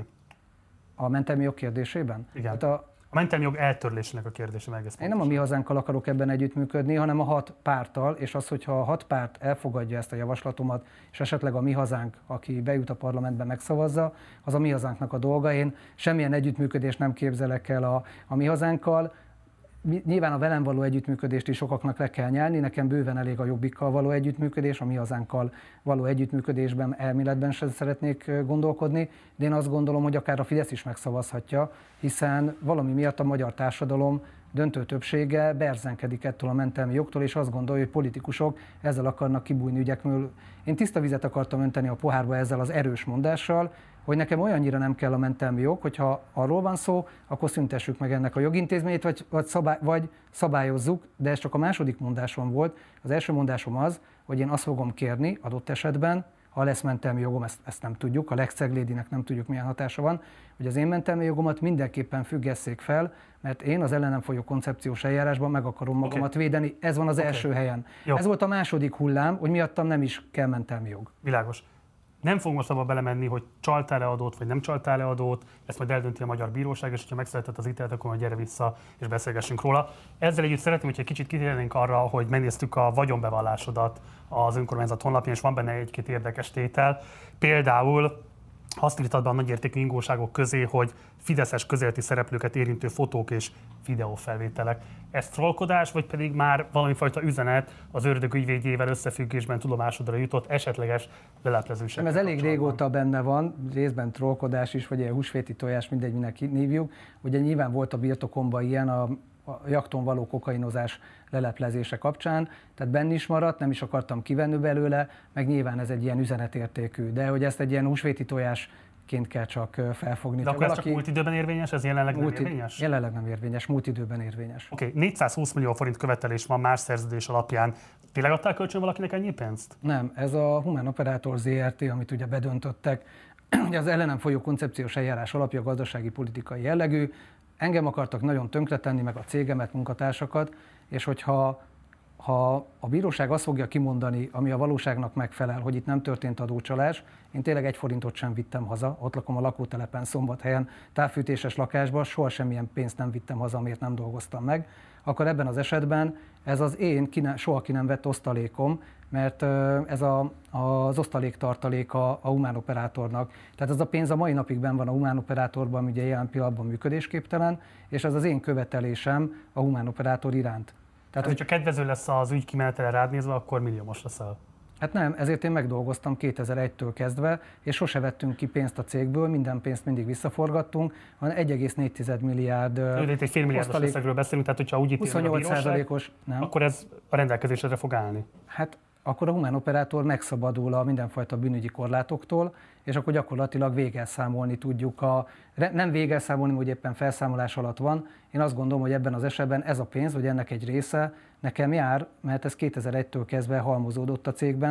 Speaker 2: A mentelmi jog kérdésében?
Speaker 1: Igen. Hát
Speaker 2: a...
Speaker 1: A mentelmi jog eltörlésének a kérdése meg ezt.
Speaker 2: Én nem a Mi Hazánkkal akarok ebben együttműködni, hanem a hat párttal, és az, hogyha a hat párt elfogadja ezt a javaslatomat, és esetleg a Mi Hazánk, aki bejut a parlamentbe, megszavazza, az a Mi Hazánknak a dolga. Én semmilyen együttműködést nem képzelek el a, a Mi Hazánkkal. Nyilván a velem való együttműködést is sokaknak le kell nyelni, nekem bőven elég a Jobbikkal való együttműködés, a Mi Hazánkkal való együttműködésben, elméletben sem szeretnék gondolkodni, de én azt gondolom, hogy akár a Fidesz is megszavazhatja, hiszen valami miatt a magyar társadalom döntő többsége berzenkedik ettől a mentelmi jogtól, és azt gondolja, hogy politikusok ezzel akarnak kibújni ügyekről. Én tiszta vizet akartam önteni a pohárba ezzel az erős mondással, hogy nekem olyannyira nem kell a mentelmi jog, hogyha arról van szó, akkor szüntessük meg ennek a jogintézményét, vagy, vagy, szabály, vagy szabályozzuk, de ez csak a második mondásom volt. Az első mondásom az, hogy én azt fogom kérni adott esetben, ha lesz mentelmi jogom, ezt, ezt nem tudjuk, a Lex Ceglédinek nem tudjuk, milyen hatása van, hogy az én mentelmi jogomat mindenképpen függesszék fel, mert én az ellenem folyó koncepciós eljárásban meg akarom magamat okay. védeni. Ez van az okay. első helyen. Jó. Ez volt a második hullám, hogy miattam nem is kell mentelmi jog.
Speaker 1: Világos. Nem fogunk most abba belemenni, hogy csaltál-e adót, vagy nem csaltál-e adót, ezt majd eldönti a magyar bíróság, és ha megszületett az ítélet, akkor majd gyere vissza, és beszélgessünk róla. Ezzel együtt szeretném, hogyha egy kicsit kitérnénk arra, hogy megnéztük a vagyonbevallásodat az önkormányzat honlapján, és van benne egy-két érdekes tétel. Például azt írtad be a nagyértékű ingóságok közé, hogy fideszes közéleti szereplőket érintő fotók és videófelvételek. Ez trollkodás, vagy pedig már valami fajta üzenet az ördög ügyvédjével összefüggésben tudomásodra jutott esetleges leleplezőség?
Speaker 2: Ez elég régóta benne van, részben trollkodás is, vagy ilyen húsvéti tojás, mindegy, minek hívjuk. Ugye nyilván volt a birtokomban ilyen a a jakton való kokainozás leleplezése kapcsán, tehát benne is maradt, nem is akartam kivenni belőle, meg nyilván ez egy ilyen üzenetértékű, de hogy ezt egy ilyen húsvéti tojásként kell csak felfogni.
Speaker 1: De akkor valaki... ez csak múlt időben érvényes, ez jelenleg
Speaker 2: múlt,
Speaker 1: nem érvényes?
Speaker 2: Jelenleg nem érvényes, múlt időben érvényes.
Speaker 1: Oké, okay, négyszázhúsz millió forint követelés van más szerződés alapján. Tényleg adtál kölcsön valakinek ennyi pénzt?
Speaker 2: Nem, ez a Humán Operátor zé er té, amit ugye bedöntöttek, ugye az ellenem folyó koncepciós eljárás alapja gazdasági politikai jellegű. Engem akartak nagyon tönkretenni, meg a cégemet, munkatársakat, és hogyha ha a bíróság azt fogja kimondani, ami a valóságnak megfelel, hogy itt nem történt adócsalás, én tényleg egy forintot sem vittem haza, ott lakom a lakótelepen Szombathelyen, távfűtéses lakásban, soha semmilyen pénzt nem vittem haza, amiért nem dolgoztam meg, akkor ebben az esetben ez az én ki ne, soha ki nem vett osztalékom, mert ez a, az osztaléktartalék a, a Humán Operátornak. Tehát ez a pénz a mai napig benn van a Humán Operátorban, ugye jelen pillanatban működésképtelen, és ez az én követelésem a Humán Operátor iránt.
Speaker 1: Tehát, hogyha kedvező lesz az ügy kimenetele rád nézve, akkor milliómos leszel.
Speaker 2: Hát nem, ezért én megdolgoztam kétezer-egytől kezdve, és sose vettünk ki pénzt a cégből, minden pénzt mindig visszaforgattunk, hanem egy egész négy milliárd.
Speaker 1: Őt egy fél milliárdos összegről beszélünk, tehát hogyha úgy ítélnek a bíróság,
Speaker 2: nem.
Speaker 1: akkor ez a rendelkezésre fog állni.
Speaker 2: Hát akkor a Humán Operátor megszabadul a mindenfajta bűnügyi korlátoktól, és akkor gyakorlatilag végelszámolni tudjuk. A, nem végelszámolni, hogy éppen felszámolás alatt van. Én azt gondolom, hogy ebben az esetben ez a pénz, vagy ennek egy része nekem jár, mert ez kétezer-egytől kezdve halmozódott a cégben.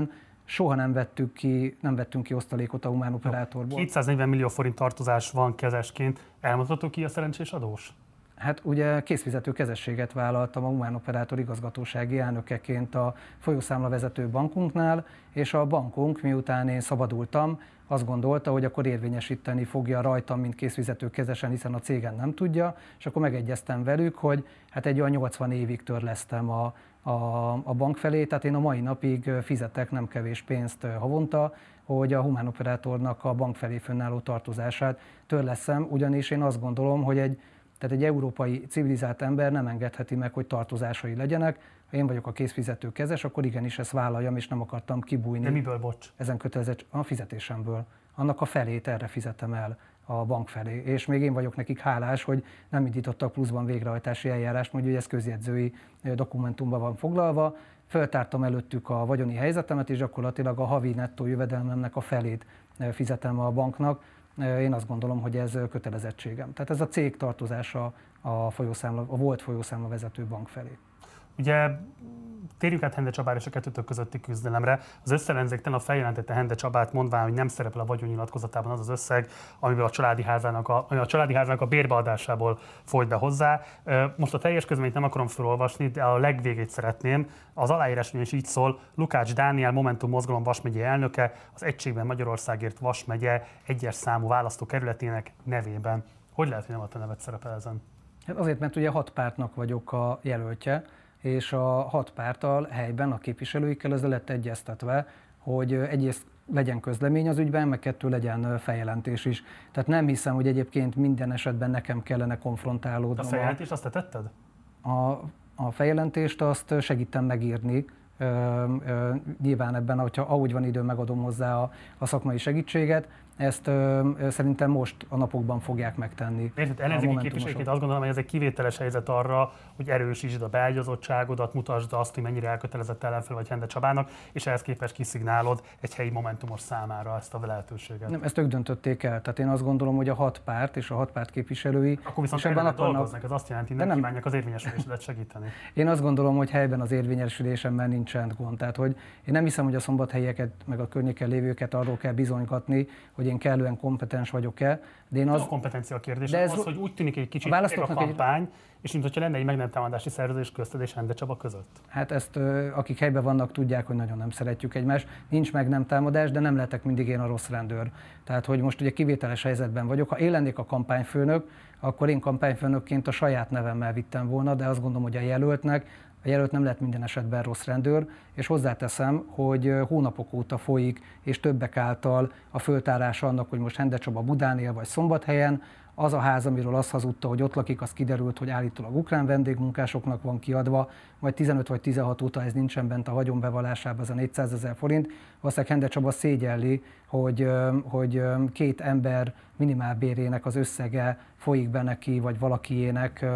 Speaker 2: soha nem vettük ki, nem vettünk ki osztalékot a humánoperátorból.
Speaker 1: kétszáznegyven millió forint tartozás van kezesként. Elmondható ki a szerencsés adós?
Speaker 2: Hát ugye készfizető kezességet vállaltam a humánoperátor igazgatósági elnökeként a folyószámlavezető bankunknál, és a bankunk, miután én szabadultam, azt gondolta, hogy akkor érvényesíteni fogja rajtam, mint készfizető kezesen, hiszen a cégen nem tudja, és akkor megegyeztem velük, hogy hát egy olyan nyolcvan évig törlesztem a, a, a bank felé, tehát én a mai napig fizetek nem kevés pénzt havonta, hogy a humánoperátornak a bank felé fönnálló tartozását törleszem, ugyanis én azt gondolom, hogy egy Tehát egy európai civilizált ember nem engedheti meg, hogy tartozásai legyenek. Ha én vagyok a készfizető kezes, akkor igenis ezt vállaljam, és nem akartam kibújni.
Speaker 1: De miből, bocs?
Speaker 2: Ezen kötelezett a fizetésemből. Annak a felét erre fizetem el a bank felé. És még én vagyok nekik hálás, hogy nem indítottak pluszban végrehajtási eljárást, mondjuk, hogy ez közjegyzői dokumentumban van foglalva. Föltártam előttük a vagyoni helyzetemet, és gyakorlatilag a havi nettó jövedelmemnek a felét fizetem a banknak. Én azt gondolom, hogy ez kötelezettségem. Tehát ez a cég tartozása a, folyószámla, a volt folyószámla vezető bank felé.
Speaker 1: Ugye térjük át Hende Csabára és a kettőtök közötti küzdelemre. Az összellenzéktelen feljelentette Hende Csabát, mondván, hogy nem szerepel a vagyonnyilatkozatában az az összeg, amiből a családi házának a, ami a családi házának a bérbeadásából folyt be hozzá. Most a teljes közleményt nem akarom felolvasni, de a legvégét szeretném. Az aláírás is így szól: Lukács Dániel, Momentum Mozgalom Vas megyei elnöke, az Egységben Magyarországért Vas megye egyes számú választókerületének nevében. Hogy lehet, hogy nem a te neved szerepel ezen?
Speaker 2: Hát azért, mert ugye hat pártnak vagyok a jelöltje, és a hat párttal helyben a képviselőikkel ezzel lett egyeztetve, hogy egyrészt legyen közlemény az ügyben, meg kettő legyen feljelentés is. Tehát nem hiszem, hogy egyébként minden esetben nekem kellene konfrontálódnom.
Speaker 1: A feljelentést azt te tetted?
Speaker 2: A, a feljelentést azt segítem megírni. Ö, ö, nyilván ebben, hogyha ahogy van időm, megadom hozzá a, a szakmai segítséget. Ezt ö, ö, szerintem most a napokban fogják megtenni.
Speaker 1: Érted, ellenzéki képviselőként azt gondolom, hogy ez egy kivételes helyzet arra, hogy erősítsd a beágyazottságodat, mutasd azt, hogy mennyire elkötelezett ellenfél vagy Hende Csabának, és ehhez képest kiszignálod egy helyi momentumos számára ezt a lehetőséget. Nem,
Speaker 2: ezt ők döntötték el. Tehát én azt gondolom, hogy a hat párt és a hat párt képviselői...
Speaker 1: Akkor viszont ebben akarnak... dolgoznak, ez azt jelenti, hogy nem, nem kívánják az érvényesülésedet segíteni.
Speaker 2: Én azt gondolom, hogy helyben az érvényesülésemmel nincsen gond. Tehát, hogy én nem hiszem, hogy a szombathelyeket, meg a környéken lévőket arról kell bizonygatni, hogy én kellően kompetens vagyok-e. De én az...
Speaker 1: a kompetencia kérdés de ez az, hogy úgy tűnik egy kicsit a, a kampány, egy... és mint hogyha lenne egy meg nem támadási szerződés közted és Hende Csaba között.
Speaker 2: Hát ezt akik helyben vannak, tudják, hogy nagyon nem szeretjük egymást. Nincs meg nem támadás, de nem lehetek mindig én a rossz rendőr. Tehát, hogy most ugye kivételes helyzetben vagyok. Ha én lennék a kampányfőnök, akkor én kampányfőnökként a saját nevemmel vittem volna, de azt gondolom, hogy a jelöltnek A jelölt nem lehet minden esetben rossz rendőr, és hozzáteszem, hogy hónapok óta folyik, és többek által a föltárása annak, hogy most Hende Csaba Budán él, vagy Szombathelyen. Az a ház, amiről azt hazudta, hogy ott lakik, az kiderült, hogy állítólag ukrán vendégmunkásoknak van kiadva, vagy tizenöt vagy tizenhat óta ez nincsen bent a vagyonbevallásában, ez a négyszázezer forint. Valószínűleg Hende Csaba szégyelli, hogy, hogy két ember minimálbérének az összege folyik be neki, vagy valakiének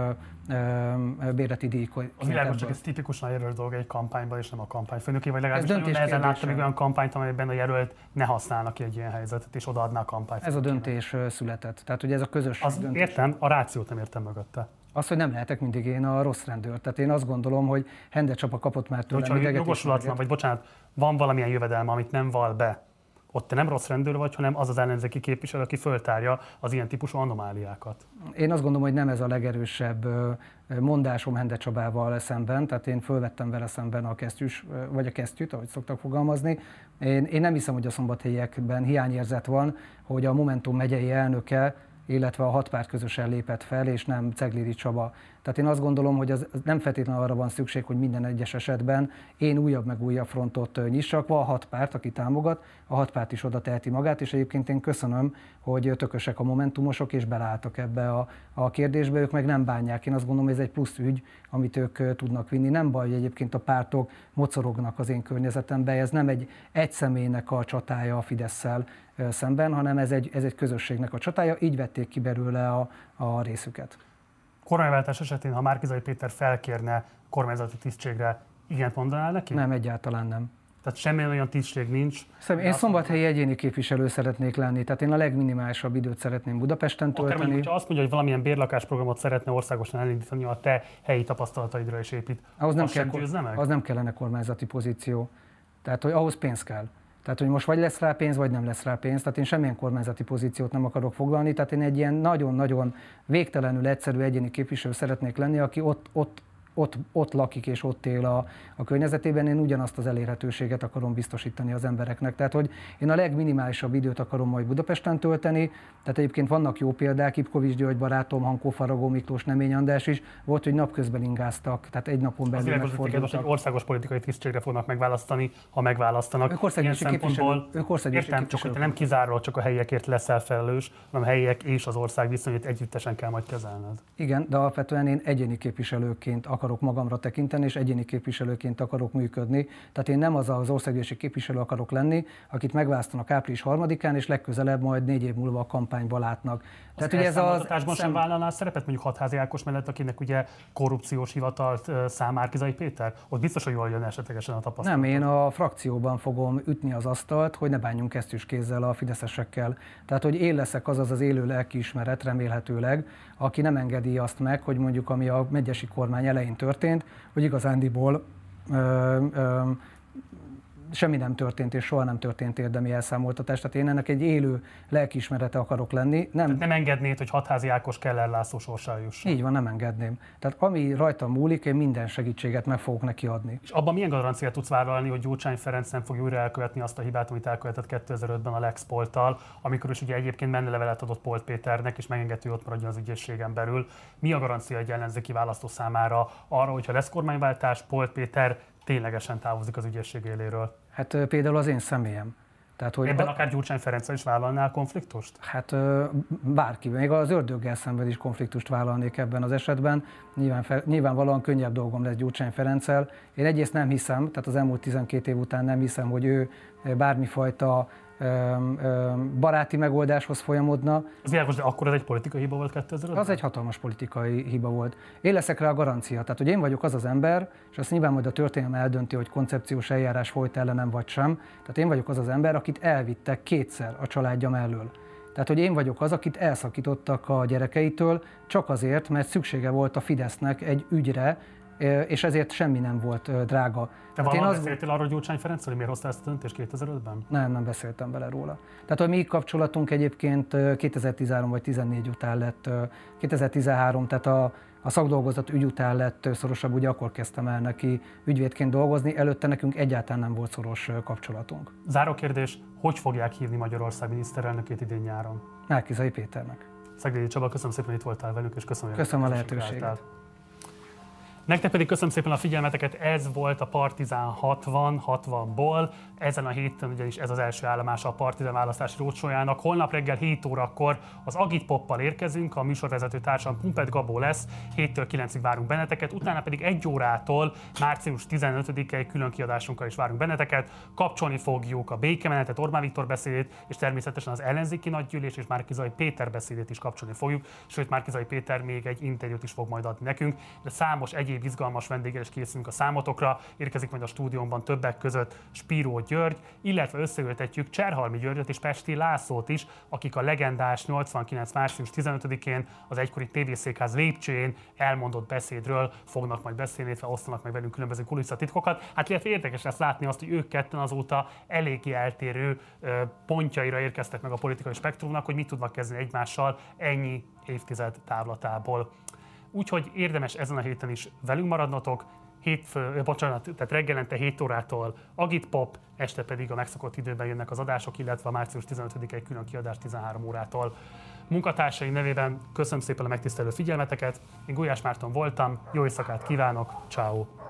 Speaker 2: bérleti díj.
Speaker 1: Az világos, csak ez tipikusan a jelölt dolga egy kampányban, és nem a kampányfőnöké, vagy legalábbis nagyon nehezen láttam még olyan kampányt, amelyben a jelölt ne használna ki egy ilyen helyzetet, és odaadná a kampányfőnökének.
Speaker 2: Ez a döntés született. Tehát ugye ez a közös
Speaker 1: az
Speaker 2: döntés.
Speaker 1: Értem, a rációt nem értem mögötte.
Speaker 2: Az, hogy nem lehetek mindig én a rossz rendőr. Tehát én azt gondolom, hogy Hende Csaba kapott már tőlem ideget.
Speaker 1: Jogosulatlan, vagy bocsánat, van valamilyen jövedelme, amit nem val be. Ott te nem rossz rendőr vagy, hanem az az ellenzéki képviselő, aki föltárja az ilyen típusú anomáliákat.
Speaker 2: Én azt gondolom, hogy nem ez a legerősebb mondásom Hende Csabával szemben, tehát én fölvettem vele szemben a kesztyűs, vagy a kesztyűt, ahogy szoktak fogalmazni. Én, én nem hiszem, hogy a szombathelyiekben hiányérzet van, hogy a Momentum megyei elnöke, illetve a hat párt közösen lépett fel, és nem Ceglidi Csaba. Tehát én azt gondolom, hogy az nem feltétlenül arra van szükség, hogy minden egyes esetben én újabb meg újabb frontot nyissak. Van a hat párt, aki támogat, a hat párt is oda teheti magát, és egyébként én köszönöm, hogy tökösek a momentumosok, és beleálltak ebbe a, a kérdésbe, ők meg nem bánják. Én azt gondolom, hogy ez egy plusz ügy, amit ők tudnak vinni. Nem baj, hogy egyébként a pártok mocorognak az én környezetemben, ez nem egy egy személynek a csatája a Fidesszel szemben, hanem ez egy, ez egy közösségnek a csatája, így vették ki belőle a, a részüket.
Speaker 1: Kormányváltás esetén, ha Márki-Zay Péter felkérne kormányzati tisztségre, igent mondanál neki?
Speaker 2: Nem, egyáltalán nem.
Speaker 1: Tehát semmilyen olyan tisztség nincs.
Speaker 2: Szerintem én szombathelyi egyéni képviselő szeretnék lenni, tehát én a legminimálisabb időt szeretném Budapesten tölteni.
Speaker 1: Akár mondjuk, ha azt mondja, hogy valamilyen bérlakásprogramot szeretne országosan elindítani, a te helyi tapasztalataidra is épít,
Speaker 2: ahhoz nem,
Speaker 1: az
Speaker 2: kell,
Speaker 1: sem győzne meg?
Speaker 2: Az nem kellene kormányzati pozíció. Tehát, hogy ahhoz pénz kell. Tehát, hogy most vagy lesz rá pénz, vagy nem lesz rá pénz. Tehát én semmilyen kormányzati pozíciót nem akarok foglalni. Tehát én egy ilyen nagyon-nagyon végtelenül egyszerű egyéni képviselő szeretnék lenni, aki ott, ott Ott, ott lakik és ott él a, a környezetében, én ugyanazt az elérhetőséget akarom biztosítani az embereknek. Tehát, hogy én a legminimálisabb időt akarom majd Budapesten tölteni, tehát egyébként vannak jó példák, Ipkovics György barátom, Hankó Faragó Miklós, Nemény András is, volt, hogy napközben ingáztak, tehát egy napon belül megfordultak.
Speaker 1: Most egy országos politikai tisztségre fognak megválasztani, ha megválasztanak.
Speaker 2: Ők országgyűlési képviselők. Ők országgyűlési
Speaker 1: értem, csak hogy te nem kizárólag csak a helyiekért leszel felelős, hanem a helyiek és az ország viszonyait együttesen kell majd kezelned.
Speaker 2: Igen, de alapvetően én egyéni képviselőként akarok magamra tekinteni, és egyéni képviselőként akarok működni. Tehát én nem az az országgyűlési képviselő akarok lenni, akit megválasztanak április harmadikán, és legközelebb majd négy év múlva a kampányba látnak.
Speaker 1: Az Tehát ugye ez az szem... sem vállalná szerepet, mondjuk Hatházi Ákos mellett, akinek ugye korrupciós hivatalt szám Márki-Zay Péter? Ott biztos, hogy jól jön esetlegesen a tapasztalat.
Speaker 2: Nem, én a frakcióban fogom ütni az asztalt, hogy ne bánjunk kesztyűs kézzel a fideszesekkel. Tehát, hogy én leszek az az az élő lelkiismeret remélhetőleg, aki nem engedi azt meg, hogy mondjuk ami a megyesi kormány elején történt, hogy igazándiból ö, ö, semmi nem történt, és soha nem történt érdemi elszámoltatás. Tehát én ennek egy élő lelkiismerete akarok lenni. Nem,
Speaker 1: nem engednéd, hogy Hatházi Ákos Keller László sorsára jusson.
Speaker 2: Így van, nem engedném. Tehát ami rajtam múlik, én minden segítséget meg fogok neki adni.
Speaker 1: És abban milyen garanciát tudsz vállalni, hogy Gyurcsány Ferenc nem fogja újra elkövetni azt a hibát, amit elkövetett kétezer-ötben a Lex Polttal, amikor is ugye egyébként menlevelet adott Polt Péternek, és megengedő, hogy ott maradjon az ügyészségen belül. Mi a garancia egy ellenzéki választó számára arra, hogyha lesz kormányváltás, Polt Péter ténylegesen távozik az ügyészség éléről?
Speaker 2: Hát például az én személyem. Tehát, hogy
Speaker 1: ebben
Speaker 2: a...
Speaker 1: akár Gyurcsány Ferenccel is vállalnál konfliktust?
Speaker 2: Hát bárki, még az ördöggel szemben is konfliktust vállalnék ebben az esetben. Nyilván, nyilvánvalóan könnyebb dolgom lesz Gyurcsány Ferenccel. Én egyrészt nem hiszem, tehát az elmúlt tizenkét év után nem hiszem, hogy ő bármifajta baráti megoldáshoz folyamodna.
Speaker 1: Az világos, de akkor ez egy politikai hiba volt kétezer-ötben?
Speaker 2: Az egy hatalmas politikai hiba volt. Én leszek rá a garancia. Tehát, hogy én vagyok az az ember, és azt nyilván majd a történelem eldönti, hogy koncepciós eljárás folyt ellenem vagy sem. Tehát én vagyok az az ember, akit elvittek kétszer a családja mellől. Tehát, hogy én vagyok az, akit elszakítottak a gyerekeitől, csak azért, mert szüksége volt a Fidesznek egy ügyre, és ezért semmi nem volt drága.
Speaker 1: Te hát valahol az... beszéltél arról Gyurcsány Ferenccel, hogy miért hozta ezt a döntést kétezer-ötben?
Speaker 2: Nem, nem beszéltem bele róla. Tehát a mi kapcsolatunk egyébként kétezer-tizenhárom vagy tizennégy után lett, kétezer-tizenhárom, tehát a, a szakdolgozat ügy után lett szorosabb, ugye akkor kezdtem el neki ügyvédként dolgozni, előtte nekünk egyáltalán nem volt szoros kapcsolatunk.
Speaker 1: Záró kérdés, hogy fogják hívni Magyarország miniszterelnökét idén nyáron?
Speaker 2: Márki-Zay Péternek.
Speaker 1: Szegedi Csaba, köszönöm szépen, hogy itt voltál velünk, és köszönöm,
Speaker 2: köszönöm a lehetőséget.
Speaker 1: Nektek pedig köszönöm szépen a figyelmeteket, ez volt a Partizán hatvan hatvanból. Ezen a héten ugyanis ez az első állomása a Partizán választási rócsójának. Holnap reggel hét órakor az Agitpoppal érkezünk, a műsorvezető társam Pumpet Gabó lesz, héttől kilencig várunk benneteket, utána pedig egy órától március tizenötödikei külön kiadásunkkal is várunk benneteket. Kapcsolni fogjuk a békemenetet, Orbán Viktor beszédét, és természetesen az ellenzéki nagygyűlés és Márki-Zay Péter beszédét is kapcsolni fogjuk, sőt Márki-Zay Péter még egy interjút is fog majd adni nekünk, de számos egyéb izgalmas vendéggel is készülünk a számotokra. Érkezik majd a stúdiómban többek között Spiró György, illetve összeültetjük Cserhalmi Györgyöt és Pesti Lászlót is, akik a legendás nyolcvankilenc március tizenötödikén az egykori tévészékház lépcsőjén elmondott beszédről fognak majd beszélni, illetve osztanak meg velünk különböző kulisszatitkokat. Hát illetve érdekes lesz látni azt, hogy ők ketten azóta eléggé eltérő pontjaira érkeztek meg a politikai spektrumnak, hogy mit tudnak kezdeni egymással ennyi évtized távlatából. Úgyhogy érdemes ezen a héten is velünk maradnotok, hétfő, bocsánat, tehát reggelente hét órától Agitpop, este pedig a megszokott időben jönnek az adások, illetve a március tizenötödikei külön kiadás tizenhárom órától. Munkatársaim nevében köszönöm szépen a megtisztelő figyelmeteket, én Gulyás Márton voltam, jó éjszakát kívánok, ciao.